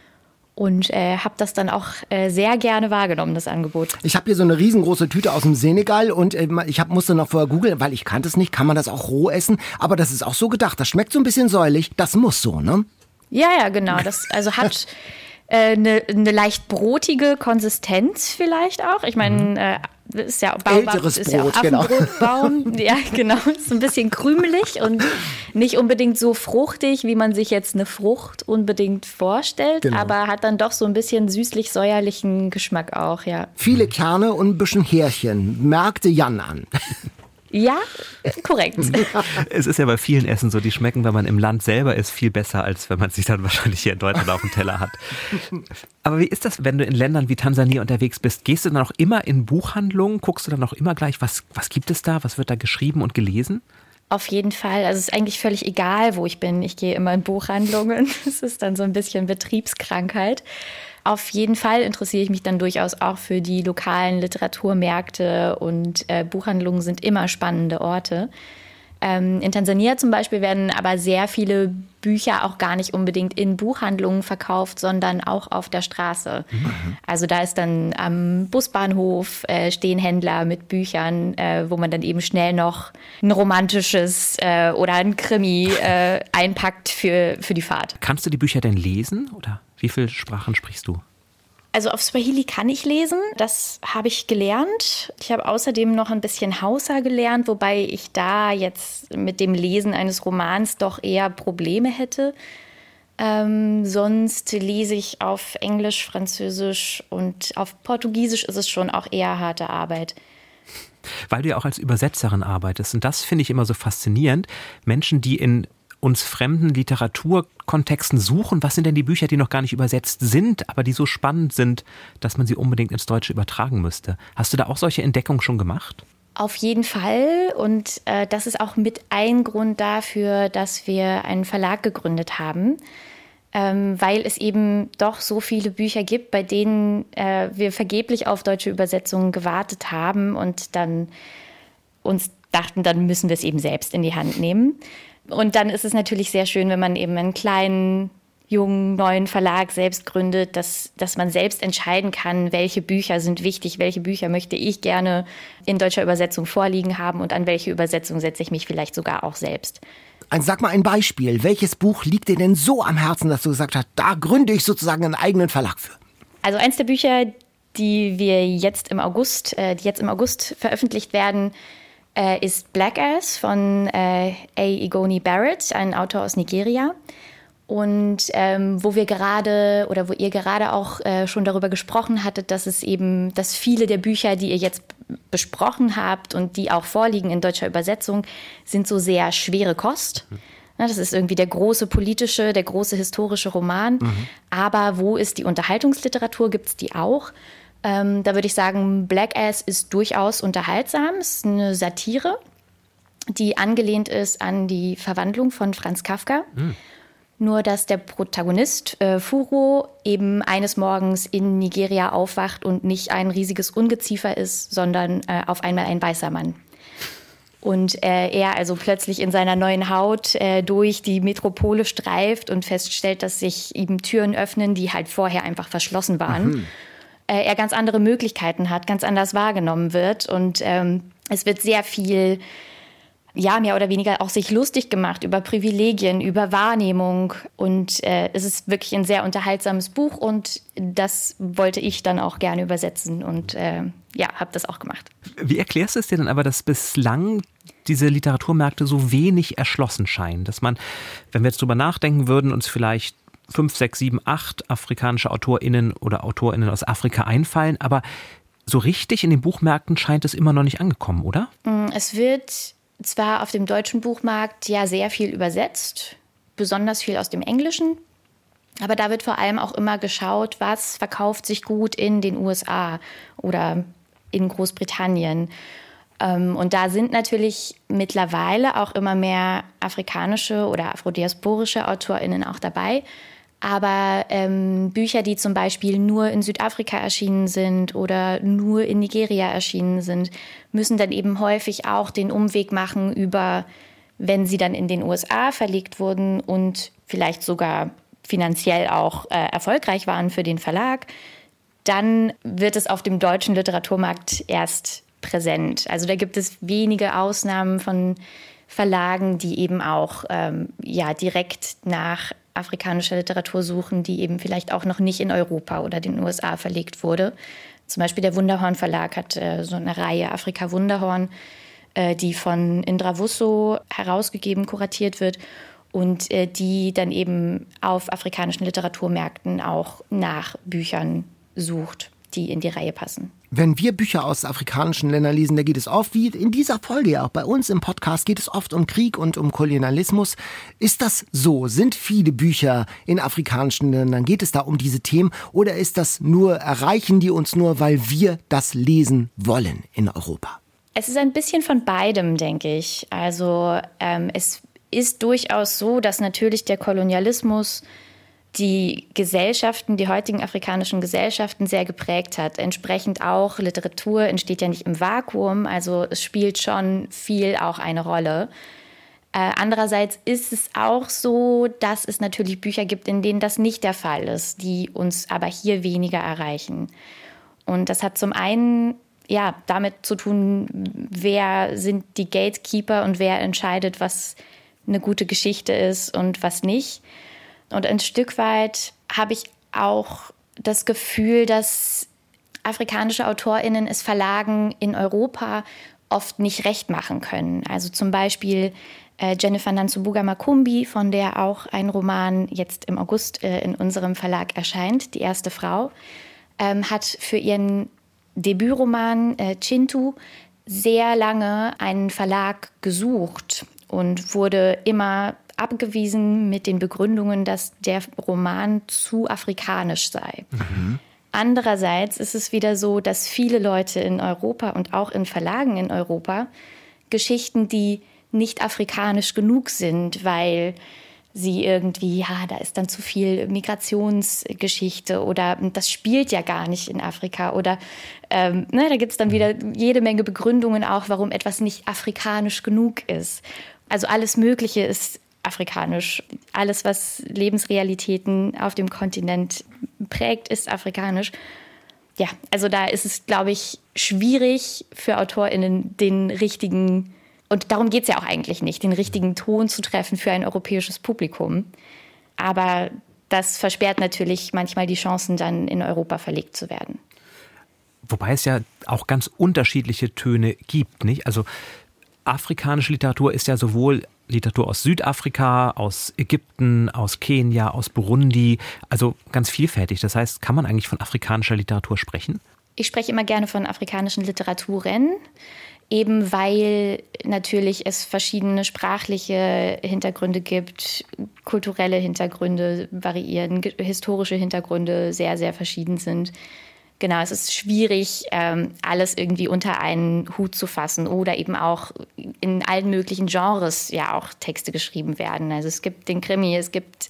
Und habe das dann auch sehr gerne wahrgenommen, das Angebot. Ich habe hier so eine riesengroße Tüte aus dem Senegal und ich musste noch vorher googeln, weil ich kannte es nicht, kann man das auch roh essen? Aber das ist auch so gedacht, das schmeckt so ein bisschen säuerlich, das muss so, ne? Ja, genau. Das also hat eine leicht brotige Konsistenz vielleicht auch. Ich meine, ist ja Baobab, älteres ist Brot, ja Affenbrotbaum. Ja, genau. Ist ein bisschen krümelig und nicht unbedingt so fruchtig, wie man sich jetzt eine Frucht unbedingt vorstellt, aber hat dann doch so ein bisschen süßlich-säuerlichen Geschmack auch, ja. Viele Kerne und ein bisschen Härchen, merkte Jan an. Ja, korrekt. Es ist ja bei vielen Essen so, die schmecken, wenn man im Land selber ist, viel besser, als wenn man sich dann wahrscheinlich hier in Deutschland auf dem Teller hat. Aber wie ist das, wenn du in Ländern wie Tansania unterwegs bist? Gehst du dann auch immer in Buchhandlungen? Guckst du dann auch immer gleich, was gibt es da? Was wird da geschrieben und gelesen? Auf jeden Fall. Also es ist eigentlich völlig egal, wo ich bin. Ich gehe immer in Buchhandlungen. Das ist dann so ein bisschen Betriebskrankheit. Auf jeden Fall interessiere ich mich dann durchaus auch für die lokalen Literaturmärkte und Buchhandlungen sind immer spannende Orte. In Tansania zum Beispiel werden aber sehr viele Bücher auch gar nicht unbedingt in Buchhandlungen verkauft, sondern auch auf der Straße. Also da ist dann am Busbahnhof stehen Händler mit Büchern, wo man dann eben schnell noch ein romantisches oder ein Krimi einpackt für die Fahrt. Kannst du die Bücher denn lesen oder wie viele Sprachen sprichst du? Also auf Swahili kann ich lesen, das habe ich gelernt. Ich habe außerdem noch ein bisschen Hausa gelernt, wobei ich da jetzt mit dem Lesen eines Romans doch eher Probleme hätte. Sonst lese ich auf Englisch, Französisch und auf Portugiesisch ist es schon auch eher harte Arbeit. Weil du ja auch als Übersetzerin arbeitest. Und das finde ich immer so faszinierend. Menschen, die in uns fremden Literaturkontexten suchen, was sind denn die Bücher, die noch gar nicht übersetzt sind, aber die so spannend sind, dass man sie unbedingt ins Deutsche übertragen müsste. Hast du da auch solche Entdeckungen schon gemacht? Auf jeden Fall. Und das ist auch mit ein Grund dafür, dass wir einen Verlag gegründet haben. Weil es eben doch so viele Bücher gibt, bei denen wir vergeblich auf deutsche Übersetzungen gewartet haben und dann uns dachten, dann müssen wir es eben selbst in die Hand nehmen. Und dann ist es natürlich sehr schön, wenn man eben einen kleinen, jungen, neuen Verlag selbst gründet, dass man selbst entscheiden kann, welche Bücher sind wichtig, welche Bücher möchte ich gerne in deutscher Übersetzung vorliegen haben und an welche Übersetzung setze ich mich vielleicht sogar auch selbst. Sag mal ein Beispiel. Welches Buch liegt dir denn so am Herzen, dass du gesagt hast, da gründe ich sozusagen einen eigenen Verlag für? Also eins der Bücher, die jetzt im August veröffentlicht werden, ist Black Ass von A. Igoni Barrett, ein Autor aus Nigeria. Und wo ihr gerade auch schon darüber gesprochen hattet, dass viele der Bücher, die ihr jetzt besprochen habt und die auch vorliegen in deutscher Übersetzung, sind so sehr schwere Kost. Das ist irgendwie der große politische, der große historische Roman. Aber wo ist die Unterhaltungsliteratur? Gibt es die auch? Da würde ich sagen, Black Ass ist durchaus unterhaltsam. Es ist eine Satire, die angelehnt ist an die Verwandlung von Franz Kafka. Nur, dass der Protagonist Furo eben eines Morgens in Nigeria aufwacht und nicht ein riesiges Ungeziefer ist, sondern auf einmal ein weißer Mann. Und er also plötzlich in seiner neuen Haut durch die Metropole streift und feststellt, dass sich ihm Türen öffnen, die halt vorher einfach verschlossen waren. Er ganz andere Möglichkeiten hat, ganz anders wahrgenommen wird. Und es wird sehr viel, ja, mehr oder weniger auch sich lustig gemacht über Privilegien, über Wahrnehmung. Und es ist wirklich ein sehr unterhaltsames Buch und das wollte ich dann auch gerne übersetzen und habe das auch gemacht. Wie erklärst du es dir denn aber, dass bislang diese Literaturmärkte so wenig erschlossen scheinen? Dass man, wenn wir jetzt drüber nachdenken würden, uns vielleicht 5, 6, 7, 8 afrikanische AutorInnen oder AutorInnen aus Afrika einfallen, aber so richtig in den Buchmärkten scheint es immer noch nicht angekommen, oder? Es wird zwar auf dem deutschen Buchmarkt ja sehr viel übersetzt, besonders viel aus dem Englischen, aber da wird vor allem auch immer geschaut, was verkauft sich gut in den USA oder in Großbritannien. Und da sind natürlich mittlerweile auch immer mehr afrikanische oder afrodiasporische AutorInnen auch dabei. Aber Bücher, die zum Beispiel nur in Südafrika erschienen sind oder nur in Nigeria erschienen sind, müssen dann eben häufig auch den Umweg machen über, wenn sie dann in den USA verlegt wurden und vielleicht sogar finanziell auch erfolgreich waren für den Verlag, dann wird es auf dem deutschen Literaturmarkt erst präsent. Also da gibt es wenige Ausnahmen von Verlagen, die eben auch direkt nach afrikanischer Literatur suchen, die eben vielleicht auch noch nicht in Europa oder den USA verlegt wurde. Zum Beispiel der Wunderhorn Verlag hat so eine Reihe Afrika Wunderhorn, die von Indra Wusso herausgegeben, kuratiert wird und die dann eben auf afrikanischen Literaturmärkten auch nach Büchern sucht, die in die Reihe passen. Wenn wir Bücher aus afrikanischen Ländern lesen, da geht es oft, wie in dieser Folge ja auch bei uns im Podcast, geht es oft um Krieg und um Kolonialismus. Ist das so? Sind viele Bücher in afrikanischen Ländern, geht es da um diese Themen? Oder ist das nur, erreichen die uns nur, weil wir das lesen wollen in Europa? Es ist ein bisschen von beidem, denke ich. Also es ist durchaus so, dass natürlich der Kolonialismus die Gesellschaften, die heutigen afrikanischen Gesellschaften sehr geprägt hat. Entsprechend auch Literatur entsteht ja nicht im Vakuum, also es spielt schon viel auch eine Rolle. Andererseits ist es auch so, dass es natürlich Bücher gibt, in denen das nicht der Fall ist, die uns aber hier weniger erreichen. Und das hat zum einen damit zu tun, wer sind die Gatekeeper und wer entscheidet, was eine gute Geschichte ist und was nicht. Und ein Stück weit habe ich auch das Gefühl, dass afrikanische AutorInnen es Verlagen in Europa oft nicht recht machen können. Also zum Beispiel Jennifer Nansubuga Makumbi, von der auch ein Roman jetzt im August in unserem Verlag erscheint, Die erste Frau, hat für ihren Debütroman Chintu sehr lange einen Verlag gesucht und wurde immer abgewiesen mit den Begründungen, dass der Roman zu afrikanisch sei. Mhm. Andererseits ist es wieder so, dass viele Leute in Europa und auch in Verlagen in Europa Geschichten, die nicht afrikanisch genug sind, weil sie irgendwie, da ist dann zu viel Migrationsgeschichte oder das spielt ja gar nicht in Afrika oder da gibt es dann wieder jede Menge Begründungen auch, warum etwas nicht afrikanisch genug ist. Also alles Mögliche ist afrikanisch. Alles, was Lebensrealitäten auf dem Kontinent prägt, ist afrikanisch. Ja, also da ist es, glaube ich, schwierig für AutorInnen den richtigen, und darum geht es ja auch eigentlich nicht, den richtigen Ton zu treffen für ein europäisches Publikum. Aber das versperrt natürlich manchmal die Chancen, dann in Europa verlegt zu werden. Wobei es ja auch ganz unterschiedliche Töne gibt, nicht? Also afrikanische Literatur ist ja sowohl Literatur aus Südafrika, aus Ägypten, aus Kenia, aus Burundi, also ganz vielfältig. Das heißt, kann man eigentlich von afrikanischer Literatur sprechen? Ich spreche immer gerne von afrikanischen Literaturen, eben weil natürlich es verschiedene sprachliche Hintergründe gibt, kulturelle Hintergründe variieren, historische Hintergründe sehr, sehr verschieden sind. Genau, es ist schwierig, alles irgendwie unter einen Hut zu fassen oder eben auch in allen möglichen Genres ja auch Texte geschrieben werden. Also es gibt den Krimi, es gibt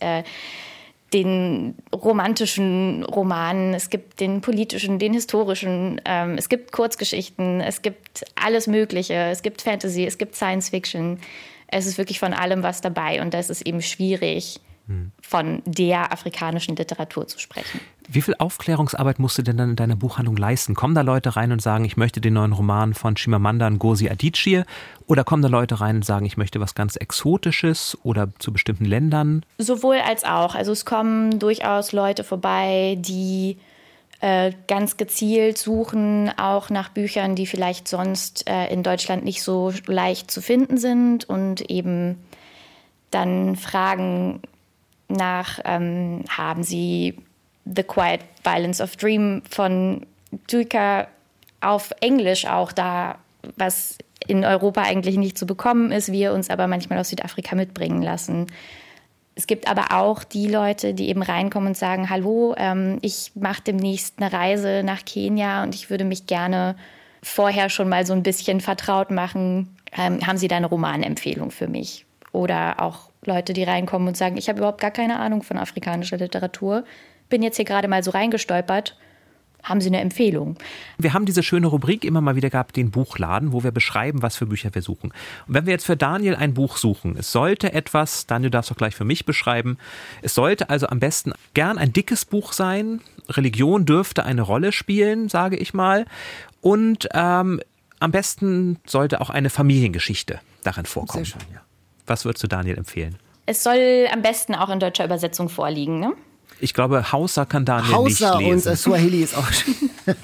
den romantischen Roman, es gibt den politischen, den historischen, es gibt Kurzgeschichten, es gibt alles Mögliche, es gibt Fantasy, es gibt Science Fiction. Es ist wirklich von allem was dabei und das ist eben schwierig, von der afrikanischen Literatur zu sprechen. Wie viel Aufklärungsarbeit musst du denn dann in deiner Buchhandlung leisten? Kommen da Leute rein und sagen, ich möchte den neuen Roman von Chimamanda Ngozi Adichie? Oder kommen da Leute rein und sagen, ich möchte was ganz Exotisches oder zu bestimmten Ländern? Sowohl als auch. Also es kommen durchaus Leute vorbei, die ganz gezielt suchen, auch nach Büchern, die vielleicht sonst in Deutschland nicht so leicht zu finden sind und eben dann fragen nach, haben Sie The Quiet Violence of Dream von Tuika auf Englisch auch da, was in Europa eigentlich nicht zu bekommen ist, wir uns aber manchmal aus Südafrika mitbringen lassen. Es gibt aber auch die Leute, die eben reinkommen und sagen, hallo, ich mache demnächst eine Reise nach Kenia und ich würde mich gerne vorher schon mal so ein bisschen vertraut machen. Haben Sie da eine Romanempfehlung für mich? Oder auch Leute, die reinkommen und sagen, ich habe überhaupt gar keine Ahnung von afrikanischer Literatur, bin jetzt hier gerade mal so reingestolpert. Haben Sie eine Empfehlung? Wir haben diese schöne Rubrik immer mal wieder gehabt, den Buchladen, wo wir beschreiben, was für Bücher wir suchen. Und wenn wir jetzt für Daniel ein Buch suchen, es sollte etwas, Daniel darfst auch gleich für mich beschreiben, es sollte also am besten gern ein dickes Buch sein, Religion dürfte eine Rolle spielen, sage ich mal, und am besten sollte auch eine Familiengeschichte darin vorkommen. Sehr schön, ja. Was würdest du Daniel empfehlen? Es soll am besten auch in deutscher Übersetzung vorliegen, ne? Ich glaube, Hausa kann Daniel Hausa nicht lesen. Und Swahili ist auch schön.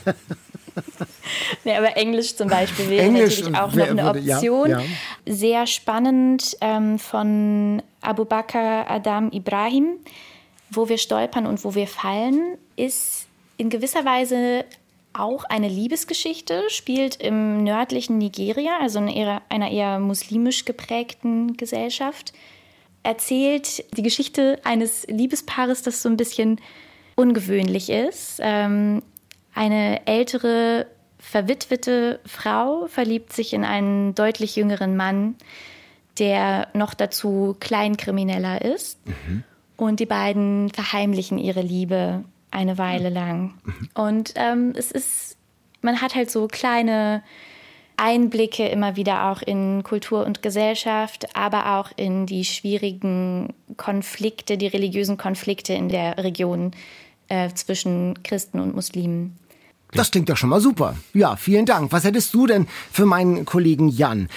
Nee, aber Englisch zum Beispiel wäre natürlich auch noch eine Option. Ja. Sehr spannend von Abubakar Adam Ibrahim. Wo wir stolpern und wo wir fallen, ist in gewisser Weise auch eine Liebesgeschichte, spielt im nördlichen Nigeria, also in einer eher muslimisch geprägten Gesellschaft. Erzählt die Geschichte eines Liebespaares, das so ein bisschen ungewöhnlich ist. Eine ältere, verwitwete Frau verliebt sich in einen deutlich jüngeren Mann, der noch dazu Kleinkrimineller ist. Mhm. Und die beiden verheimlichen ihre Liebe eine Weile lang. Und man hat halt so kleine Einblicke immer wieder auch in Kultur und Gesellschaft, aber auch in die schwierigen Konflikte, die religiösen Konflikte in der Region zwischen Christen und Muslimen. Das klingt doch schon mal super. Ja, vielen Dank. Was hättest du denn für meinen Kollegen Jan?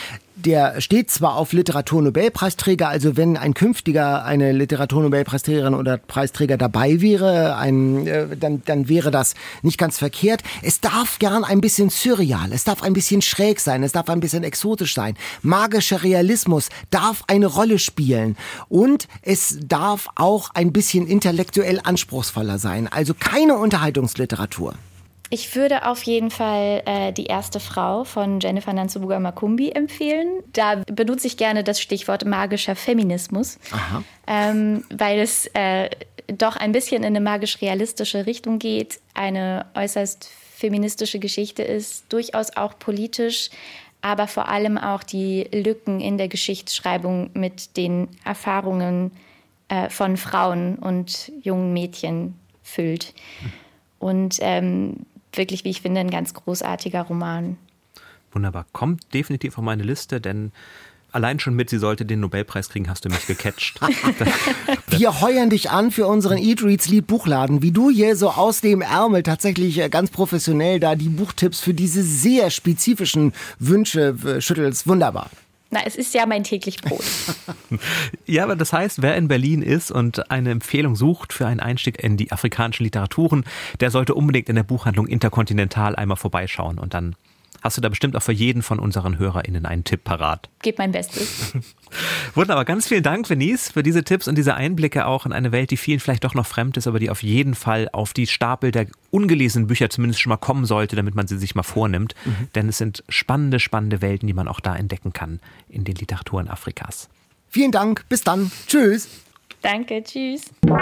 der steht zwar auf Literaturnobelpreisträger, also wenn ein künftiger eine Literaturnobelpreisträgerin oder Preisträger dabei wäre, dann wäre das nicht ganz verkehrt. Es darf gern ein bisschen surreal, es darf ein bisschen schräg sein, es darf ein bisschen exotisch sein. Magischer Realismus darf eine Rolle spielen und es darf auch ein bisschen intellektuell anspruchsvoller sein. Also keine Unterhaltungsliteratur. Ich würde auf jeden Fall Die erste Frau von Jennifer Nansubuga-Makumbi empfehlen. Da benutze ich gerne das Stichwort magischer Feminismus, weil es doch ein bisschen in eine magisch-realistische Richtung geht, eine äußerst feministische Geschichte ist, durchaus auch politisch, aber vor allem auch die Lücken in der Geschichtsschreibung mit den Erfahrungen von Frauen und jungen Mädchen füllt. Und wirklich, wie ich finde, ein ganz großartiger Roman. Wunderbar. Kommt definitiv auf meine Liste, denn allein schon mit, sie sollte den Nobelpreis kriegen, hast du mich gecatcht. Wir heuern dich an für unseren Eat, Read, Sleep Buchladen. Wie du hier so aus dem Ärmel tatsächlich ganz professionell da die Buchtipps für diese sehr spezifischen Wünsche schüttelst. Wunderbar. Na, es ist ja mein täglich Brot. Ja, aber das heißt, wer in Berlin ist und eine Empfehlung sucht für einen Einstieg in die afrikanischen Literaturen, der sollte unbedingt in der Buchhandlung Interkontinental einmal vorbeischauen. Und dann hast du da bestimmt auch für jeden von unseren HörerInnen einen Tipp parat. Gib mein Bestes. Wunderbar, ganz vielen Dank, Venice, für diese Tipps und diese Einblicke auch in eine Welt, die vielen vielleicht doch noch fremd ist, aber die auf jeden Fall auf die Stapel der ungelesenen Bücher zumindest schon mal kommen sollte, damit man sie sich mal vornimmt. Denn es sind spannende, spannende Welten, die man auch da entdecken kann in den Literaturen Afrikas. Vielen Dank, bis dann. Tschüss. Danke, tschüss.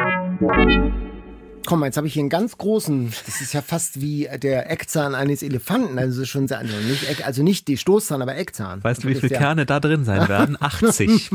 Komm, jetzt habe ich hier einen ganz großen, das ist ja fast wie der Eckzahn eines Elefanten, also schon sehr, also nicht die Stoßzahn, aber Eckzahn. Weißt du, wie viele Kerne da drin sein werden? 80.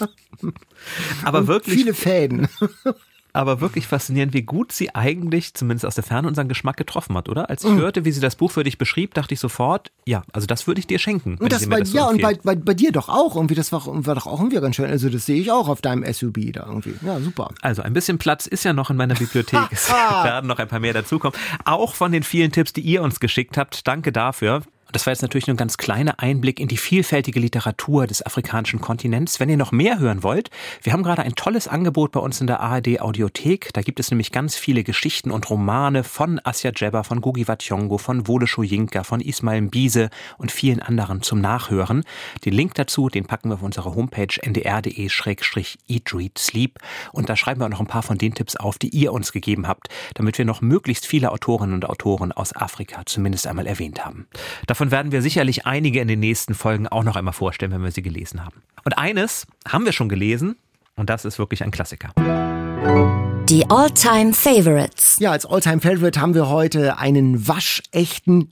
Aber und wirklich viele Fäden. Aber wirklich faszinierend, wie gut sie eigentlich, zumindest aus der Ferne, unseren Geschmack getroffen hat, oder? Als ich hörte, wie sie das Buch für dich beschrieb, dachte ich sofort, ja, also das würde ich dir schenken. Und das bei dir doch auch irgendwie, das war doch auch irgendwie ganz schön. Also das sehe ich auch auf deinem SUV da irgendwie. Ja, super. Also ein bisschen Platz ist ja noch in meiner Bibliothek. Es werden noch ein paar mehr dazukommen. Auch von den vielen Tipps, die ihr uns geschickt habt. Danke dafür. Das war jetzt natürlich nur ein ganz kleiner Einblick in die vielfältige Literatur des afrikanischen Kontinents. Wenn ihr noch mehr hören wollt, wir haben gerade ein tolles Angebot bei uns in der ARD Audiothek. Da gibt es nämlich ganz viele Geschichten und Romane von Assia Djebba, von Ngugi wa Thiong'o, von Wole Soyinka, von Ismail Mbise und vielen anderen zum Nachhören. Den Link dazu, den packen wir auf unsere Homepage ndr.de/eat-read-sleep. Und da schreiben wir auch noch ein paar von den Tipps auf, die ihr uns gegeben habt, damit wir noch möglichst viele Autorinnen und Autoren aus Afrika zumindest einmal erwähnt haben. Davon werden wir sicherlich einige in den nächsten Folgen auch noch einmal vorstellen, wenn wir sie gelesen haben. Und eines haben wir schon gelesen und das ist wirklich ein Klassiker. Die All-Time-Favorites. Ja, als All-Time-Favorite haben wir heute einen waschechten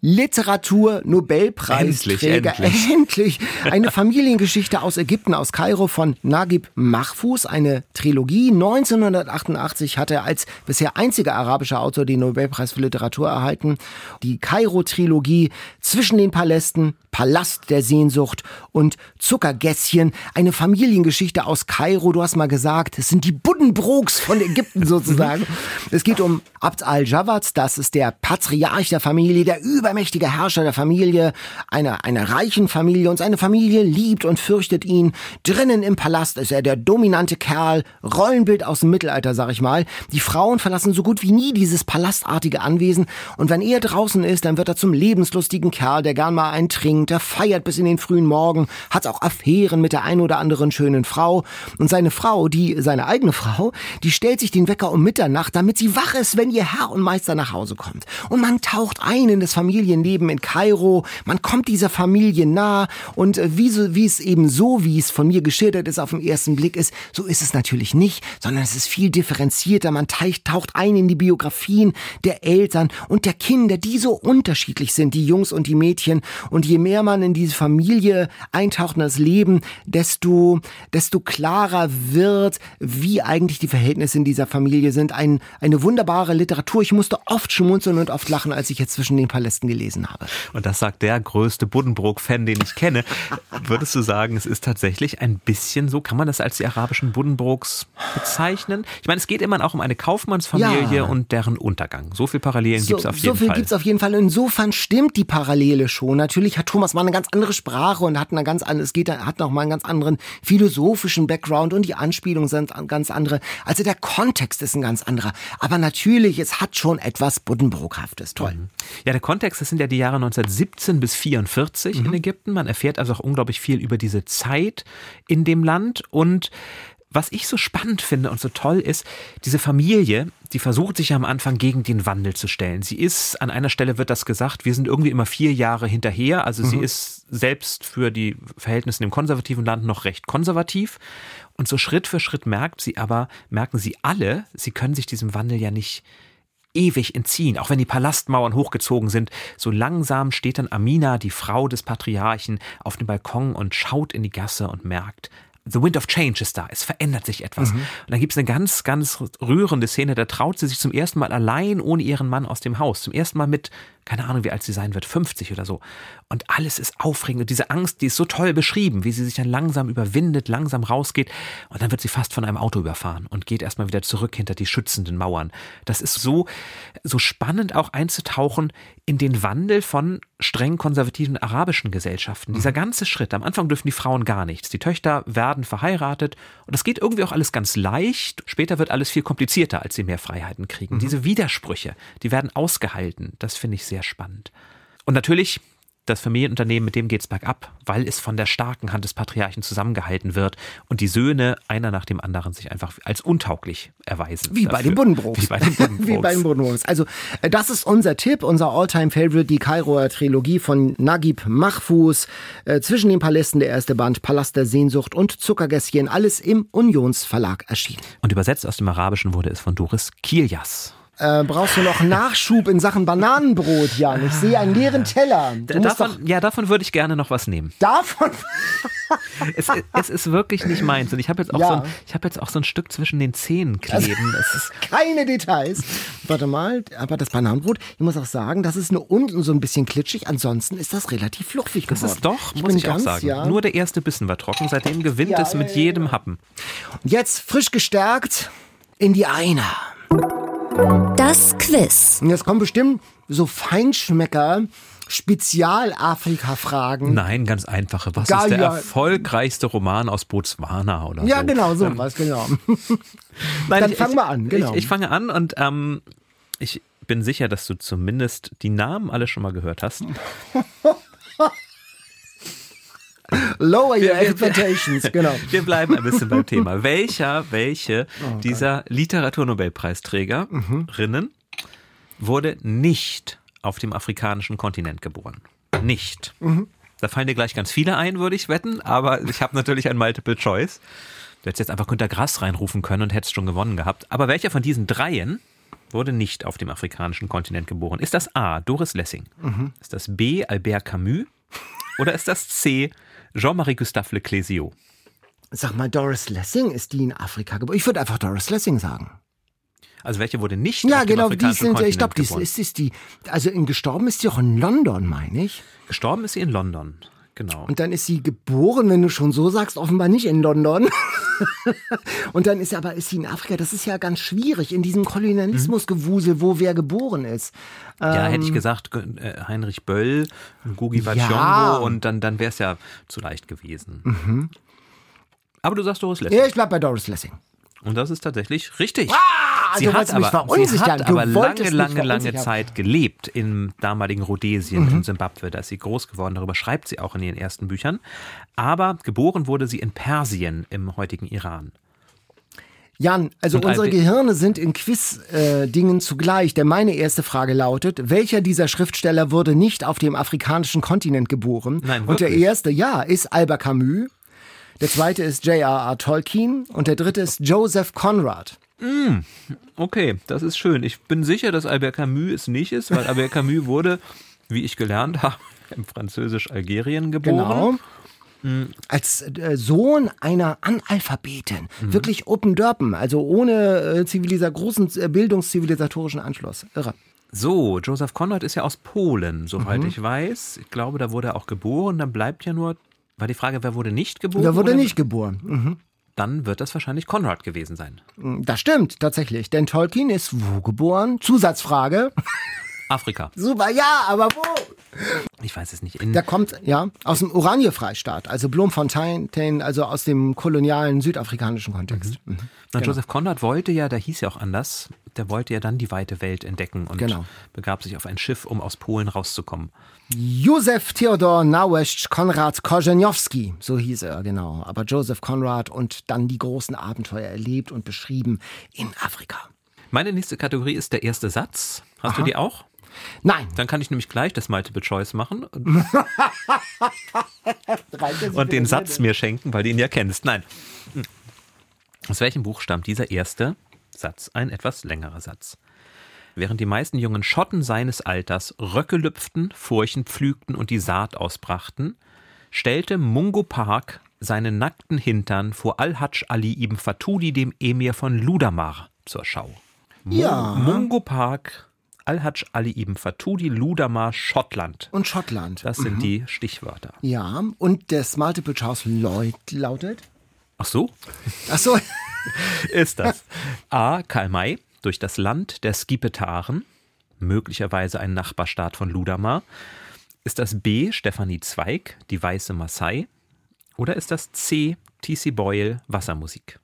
Literatur-Nobelpreisträger. Endlich. Eine Familiengeschichte aus Ägypten, aus Kairo von Naguib Mahfouz. Eine Trilogie. 1988 hat er als bisher einziger arabischer Autor den Nobelpreis für Literatur erhalten. Die Kairo-Trilogie zwischen den Palästen, Palast der Sehnsucht und Zuckergässchen. Eine Familiengeschichte aus Kairo. Du hast mal gesagt, es sind die Buddenbrooks von Ägypten sozusagen. Es geht um Abd al-Jawad, das ist der Patriarch der Familie, der übermächtige Herrscher der Familie, einer reichen Familie, und seine Familie liebt und fürchtet ihn. Drinnen im Palast ist er der dominante Kerl, Rollenbild aus dem Mittelalter, sag ich mal. Die Frauen verlassen so gut wie nie dieses palastartige Anwesen, und wenn er draußen ist, dann wird er zum lebenslustigen Kerl, der gern mal einen trinkt, der feiert bis in den frühen Morgen, hat auch Affären mit der ein oder anderen schönen Frau, und seine eigene Frau, die stellt sich den Wecker um Mitternacht, damit sie wach ist, wenn ihr Herr und Meister nach Hause kommt. Und man taucht ein in das Familienleben in Kairo, man kommt dieser Familie nah, und wie es von mir geschildert ist auf den ersten Blick ist, so ist es natürlich nicht, sondern es ist viel differenzierter. Man taucht ein in die Biografien der Eltern und der Kinder, die so unterschiedlich sind, die Jungs und die Mädchen, und je mehr man in diese Familie eintaucht, in das Leben, desto klarer wird, wie eigentlich die Verhältnisse in dieser Familie sind. Eine wunderbare Literatur. Ich musste oft schmunzeln und oft lachen, als ich jetzt zwischen den Palästen gelesen habe. Und das sagt der größte Buddenbrook-Fan, den ich kenne. Würdest du sagen, es ist tatsächlich ein bisschen so, kann man das als die arabischen Buddenbrooks bezeichnen? Ich meine, es geht immer auch um eine Kaufmannsfamilie und deren Untergang. So viel Parallelen gibt es auf jeden Fall. So viel gibt es auf jeden Fall. Insofern stimmt die Parallele schon. Natürlich hat Thomas nochmal eine ganz andere Sprache und hat hat nochmal einen ganz anderen philosophischen Background und die Anspielungen sind ganz andere. Also der Kontext ist ein ganz anderer. Aber natürlich, es hat schon etwas Buddenbrookhaftes. Toll. Ja, der Kontext, das sind ja die Jahre 1917 bis 1944 in Ägypten. Man erfährt also auch unglaublich viel über diese Zeit in dem Land. Und was ich so spannend finde und so toll ist, diese Familie, die versucht sich ja am Anfang gegen den Wandel zu stellen. Sie ist, an einer Stelle wird das gesagt, wir sind irgendwie immer 4 Jahre hinterher. Also sie ist selbst für die Verhältnisse im konservativen Land noch recht konservativ. Und so Schritt für Schritt merken sie alle, sie können sich diesem Wandel ja nicht ewig entziehen. Auch wenn die Palastmauern hochgezogen sind, so langsam steht dann Amina, die Frau des Patriarchen, auf dem Balkon und schaut in die Gasse und merkt, The Wind of Change ist da, es verändert sich etwas. Und dann gibt es eine ganz, ganz rührende Szene, da traut sie sich zum ersten Mal allein ohne ihren Mann aus dem Haus. Zum ersten Mal mit, keine Ahnung, wie alt sie sein wird, 50 oder so. Und alles ist aufregend. Und diese Angst, die ist so toll beschrieben, wie sie sich dann langsam überwindet, langsam rausgeht. Und dann wird sie fast von einem Auto überfahren und geht erstmal wieder zurück hinter die schützenden Mauern. Das ist so spannend auch einzutauchen in den Wandel von streng konservativen arabischen Gesellschaften. Dieser ganze Schritt, am Anfang dürfen die Frauen gar nichts. Die Töchter werden verheiratet und das geht irgendwie auch alles ganz leicht. Später wird alles viel komplizierter, als sie mehr Freiheiten kriegen. Diese Widersprüche, die werden ausgehalten. Das finde ich sehr spannend. Und natürlich, das Familienunternehmen, mit dem geht's bergab, weil es von der starken Hand des Patriarchen zusammengehalten wird und die Söhne einer nach dem anderen sich einfach als untauglich erweisen. Wie bei den Buddenbrooks. Wie bei den Buddenbrooks. Also das ist unser Tipp, unser All-Time-Favorite, die Kairoer Trilogie von Naguib Mahfouz. Zwischen den Palästen der erste Band, Palast der Sehnsucht und Zuckergässchen, alles im Unionsverlag erschienen. Und übersetzt aus dem Arabischen wurde es von Doris Kieljas. Brauchst du noch Nachschub in Sachen Bananenbrot, Jan? Ich sehe einen leeren Teller. Davon würde ich gerne noch was nehmen. Davon? Es ist wirklich nicht meins. Und ich habe jetzt auch so ein Stück zwischen den Zähnen kleben. Das ist keine Details. Warte mal, aber das Bananenbrot, ich muss auch sagen, das ist nur unten so ein bisschen klitschig. Ansonsten ist das relativ fluffig geworden. Das ist doch, muss ich auch sagen. Ja. Nur der erste Bissen war trocken. Seitdem gewinnt es mit jedem Happen. Und jetzt frisch gestärkt in die Arena. Das Quiz. Und jetzt kommen bestimmt so Feinschmecker, Spezial-Afrika-Fragen. Nein, ganz einfache. Was ist der erfolgreichste Roman aus Botswana oder so? Ja, genau, sowas, genau. Nein, dann fangen wir an, genau. Ich fange an und ich bin sicher, dass du zumindest die Namen alle schon mal gehört hast. Lower your expectations, genau. Wir bleiben ein bisschen beim Thema. Welche dieser Literaturnobelpreisträgerinnen wurde nicht auf dem afrikanischen Kontinent geboren? Nicht. Da fallen dir gleich ganz viele ein, würde ich wetten, aber ich habe natürlich ein Multiple Choice. Du hättest jetzt einfach Günter Grass reinrufen können und hättest schon gewonnen gehabt. Aber welcher von diesen dreien wurde nicht auf dem afrikanischen Kontinent geboren? Ist das A, Doris Lessing? Ist das B, Albert Camus? Oder ist das C, Jean-Marie Gustave Le Clésio? Sag mal, Doris Lessing, ist die in Afrika geboren? Ich würde einfach Doris Lessing sagen. Also welche wurde nicht auf dem afrikanischen Kontinent ich glaube, ist die, also gestorben ist sie auch in London, meine ich. Gestorben ist sie in London, genau. Und dann ist sie geboren, wenn du schon so sagst, offenbar nicht in London. Und dann ist sie in Afrika. Das ist ja ganz schwierig in diesem Kolonialismusgewusel, wo wer geboren ist. Ja, hätte ich gesagt, Heinrich Böll, Ngugi wa Thiong'o und dann wäre es ja zu leicht gewesen. Aber du sagst Doris Lessing. Ja, ich bleib bei Doris Lessing. Und das ist tatsächlich richtig. Sie hat aber lange Zeit gelebt im damaligen Rhodesien, in Simbabwe. Da ist sie groß geworden. Darüber schreibt sie auch in ihren ersten Büchern. Aber geboren wurde sie in Persien im heutigen Iran. Jan, also unsere Gehirne sind in Quiz-Dingen zugleich, denn meine erste Frage lautet, welcher dieser Schriftsteller wurde nicht auf dem afrikanischen Kontinent geboren? Nein, wirklich? Und der erste, ist Albert Camus, der zweite ist J.R.R. Tolkien und der dritte ist Joseph Conrad. Okay, das ist schön. Ich bin sicher, dass Albert Camus es nicht ist, weil Albert Camus wurde, wie ich gelernt habe, im Französisch-Algerien geboren. Genau. Als Sohn einer Analphabetin. Wirklich Open-Dörpen, also ohne großen bildungszivilisatorischen Anschluss. Irre. So, Joseph Conrad ist ja aus Polen, soweit ich weiß. Ich glaube, da wurde er auch geboren. Dann bleibt ja nur, war die Frage, wer wurde nicht geboren? Wer wurde nicht geboren? Dann wird das wahrscheinlich Conrad gewesen sein. Das stimmt, tatsächlich. Denn Tolkien ist wo geboren? Zusatzfrage. Afrika. Super, ja, aber wo? Ich weiß es nicht. Der kommt, aus dem Oranje-Freistaat, also Bloemfontein, also aus dem kolonialen südafrikanischen Kontext. Mhm. Na, genau. Joseph Conrad wollte ja, der hieß ja auch anders, der wollte ja dann die weite Welt entdecken und begab sich auf ein Schiff, um aus Polen rauszukommen. Józef Theodor Naueszcz Konrad Korzeniowski, so hieß er, genau. Aber Joseph Conrad und dann die großen Abenteuer erlebt und beschrieben in Afrika. Meine nächste Kategorie ist der erste Satz. Hast du die auch? Nein. Dann kann ich nämlich gleich das Multiple Choice machen und den Satz mir schenken, weil du ihn ja kennst. Nein. Aus welchem Buch stammt dieser erste Satz? Ein etwas längerer Satz. Während die meisten jungen Schotten seines Alters Röcke lüpften, Furchen pflügten und die Saat ausbrachten, stellte Mungo Park seinen nackten Hintern vor Al-Hadj Ali ibn Fatudi, dem Emir von Ludamar, zur Schau. Mungo Park, Al-Hadj Ali ibn Fatudi, Ludamar, Schottland. Und Schottland. Das sind die Stichwörter. Ja, und das Multiple Choice lautet? Ach so? Ist das A. Karl May, durch das Land der Skipetaren, möglicherweise ein Nachbarstaat von Ludamar. Ist das B. Stefanie Zweig, die weiße Maasai? Oder ist das C. T.C. Boyle, Wassermusik?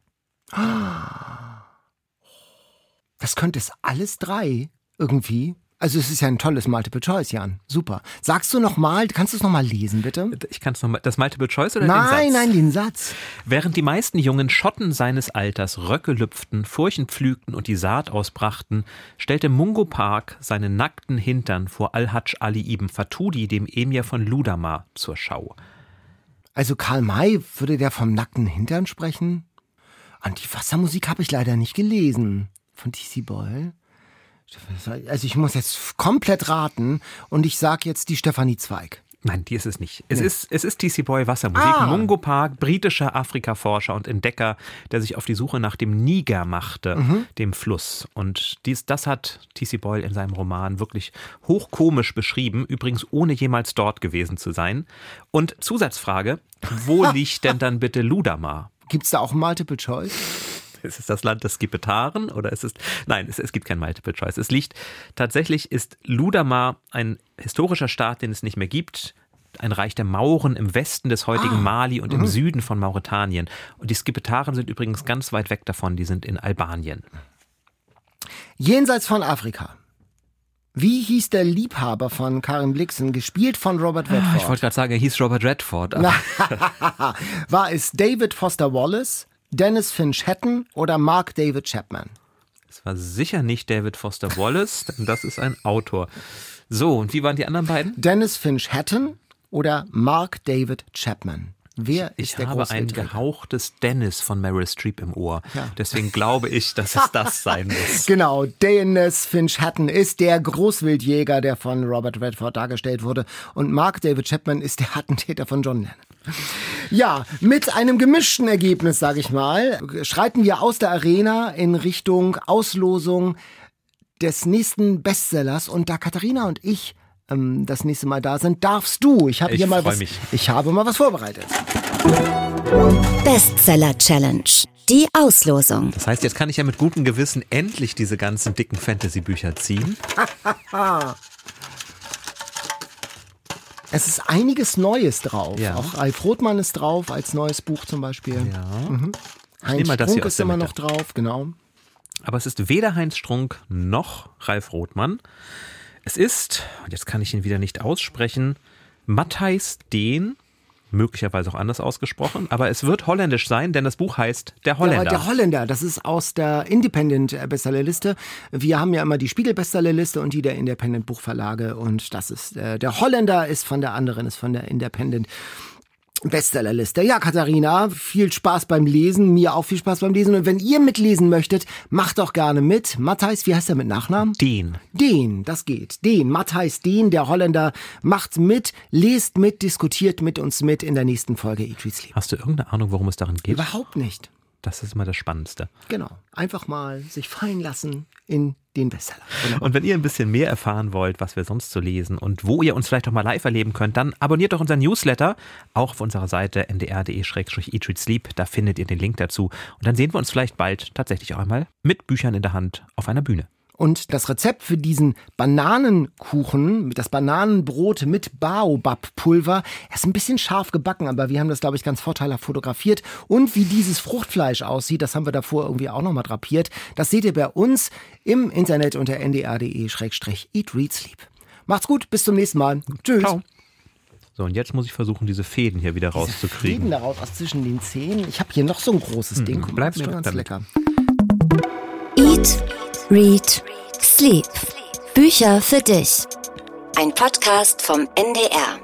Das könnte es alles drei irgendwie. Also es ist ja ein tolles Multiple Choice, Jan. Super. Sagst du nochmal, kannst du es nochmal lesen, bitte? Ich kann es nochmal, das Multiple Choice oder den Satz? Nein, den Satz. Während die meisten jungen Schotten seines Alters Röcke lüpften, Furchen pflügten und die Saat ausbrachten, stellte Mungo Park seinen nackten Hintern vor Al-Hadj Ali ibn Fatudi, dem Emir von Ludamar, zur Schau. Also Karl May, würde der vom nackten Hintern sprechen? Und die Wassermusik habe ich leider nicht gelesen. Von T.C. Boyle. Also ich muss jetzt komplett raten und ich sage jetzt die Stefanie Zweig. Nein, die ist es nicht. Es ist T.C. Boyle Wassermusik. Mungo Park, britischer Afrikaforscher und Entdecker, der sich auf die Suche nach dem Niger machte, dem Fluss. Und das hat T.C. Boyle in seinem Roman wirklich hochkomisch beschrieben, übrigens ohne jemals dort gewesen zu sein. Und Zusatzfrage, wo liegt denn dann bitte Ludamar? Gibt's da auch Multiple Choice? Ist es das Land der Skipetaren oder ist es... Nein, es gibt kein Multiple Choice. Es liegt... Tatsächlich ist Ludamar ein historischer Staat, den es nicht mehr gibt. Ein Reich der Mauren im Westen des heutigen Mali und im Süden von Mauretanien. Und die Skipetaren sind übrigens ganz weit weg davon. Die sind in Albanien. Jenseits von Afrika. Wie hieß der Liebhaber von Karen Blixen, gespielt von Robert Redford? Ich wollte gerade sagen, er hieß Robert Redford. War es David Foster Wallace, Dennis Finch Hatton oder Mark David Chapman? Es war sicher nicht David Foster Wallace, denn das ist ein Autor. So, und wie waren die anderen beiden? Dennis Finch Hatton oder Mark David Chapman? Wer ist der Ich habe ein gehauchtes Dennis von Meryl Streep im Ohr. Ja. Deswegen glaube ich, dass es das sein muss. Genau, Dennis Finch Hatton ist der Großwildjäger, der von Robert Redford dargestellt wurde. Und Mark David Chapman ist der Attentäter von John Lennon. Ja, mit einem gemischten Ergebnis, sage ich mal, schreiten wir aus der Arena in Richtung Auslosung des nächsten Bestsellers. Und da Katharina und ich das nächste Mal da sind, darfst du. Ich habe mal was vorbereitet. Bestseller Challenge. Die Auslosung. Das heißt, jetzt kann ich ja mit gutem Gewissen endlich diese ganzen dicken Fantasy-Bücher ziehen. Es ist einiges Neues drauf. Ja. Auch Ralf Rothmann ist drauf, als neues Buch zum Beispiel. Ja. Heinz Strunk ist immer noch drauf, genau. Aber es ist weder Heinz Strunk noch Ralf Rothmann. Es ist, und jetzt kann ich ihn wieder nicht aussprechen, Matthijs Deen, möglicherweise auch anders ausgesprochen, aber es wird holländisch sein, denn das Buch heißt Der Holländer. Ja, der Holländer, das ist aus der Independent-Bestsellerliste. Wir haben ja immer die Spiegel-Bestsellerliste und die der Independent-Buchverlage und das ist, der Holländer ist von der anderen, ist von der Independent Bestsellerliste. Ja, Katharina, viel Spaß beim Lesen, mir auch viel Spaß beim Lesen. Und wenn ihr mitlesen möchtet, macht doch gerne mit. Matthijs, wie heißt er mit Nachnamen? Deen, das geht. Deen, Matthijs Deen, der Holländer, macht mit, lest mit, diskutiert mit uns mit in der nächsten Folge Eat, Read, Sleep. Hast du irgendeine Ahnung, worum es darin geht? Überhaupt nicht. Das ist immer das Spannendste. Genau. Einfach mal sich fallen lassen in den Bestseller. Wunderbar. Und wenn ihr ein bisschen mehr erfahren wollt, was wir sonst so lesen und wo ihr uns vielleicht auch mal live erleben könnt, dann abonniert doch unseren Newsletter, auch auf unserer Seite ndr.de/Eat, Read, Sleep. Da findet ihr den Link dazu. Und dann sehen wir uns vielleicht bald tatsächlich auch einmal mit Büchern in der Hand auf einer Bühne. Und das Rezept für diesen Bananenkuchen, das Bananenbrot mit Baobabpulver, ist ein bisschen scharf gebacken, aber wir haben das, glaube ich, ganz vorteilhaft fotografiert. Und wie dieses Fruchtfleisch aussieht, das haben wir davor irgendwie auch nochmal drapiert. Das seht ihr bei uns im Internet unter ndr.de/Eat, Read, Sleep. Macht's gut, bis zum nächsten Mal. Tschüss. Ciao. So, und jetzt muss ich versuchen, diese Fäden hier wieder rauszukriegen. Fäden da raus aus zwischen den Zähnen. Ich habe hier noch so ein großes Ding. Guck mal, Bleib das ist mir schon ganz damit. lecker. Eat, Read, Sleep. Bücher für dich. Ein Podcast vom NDR.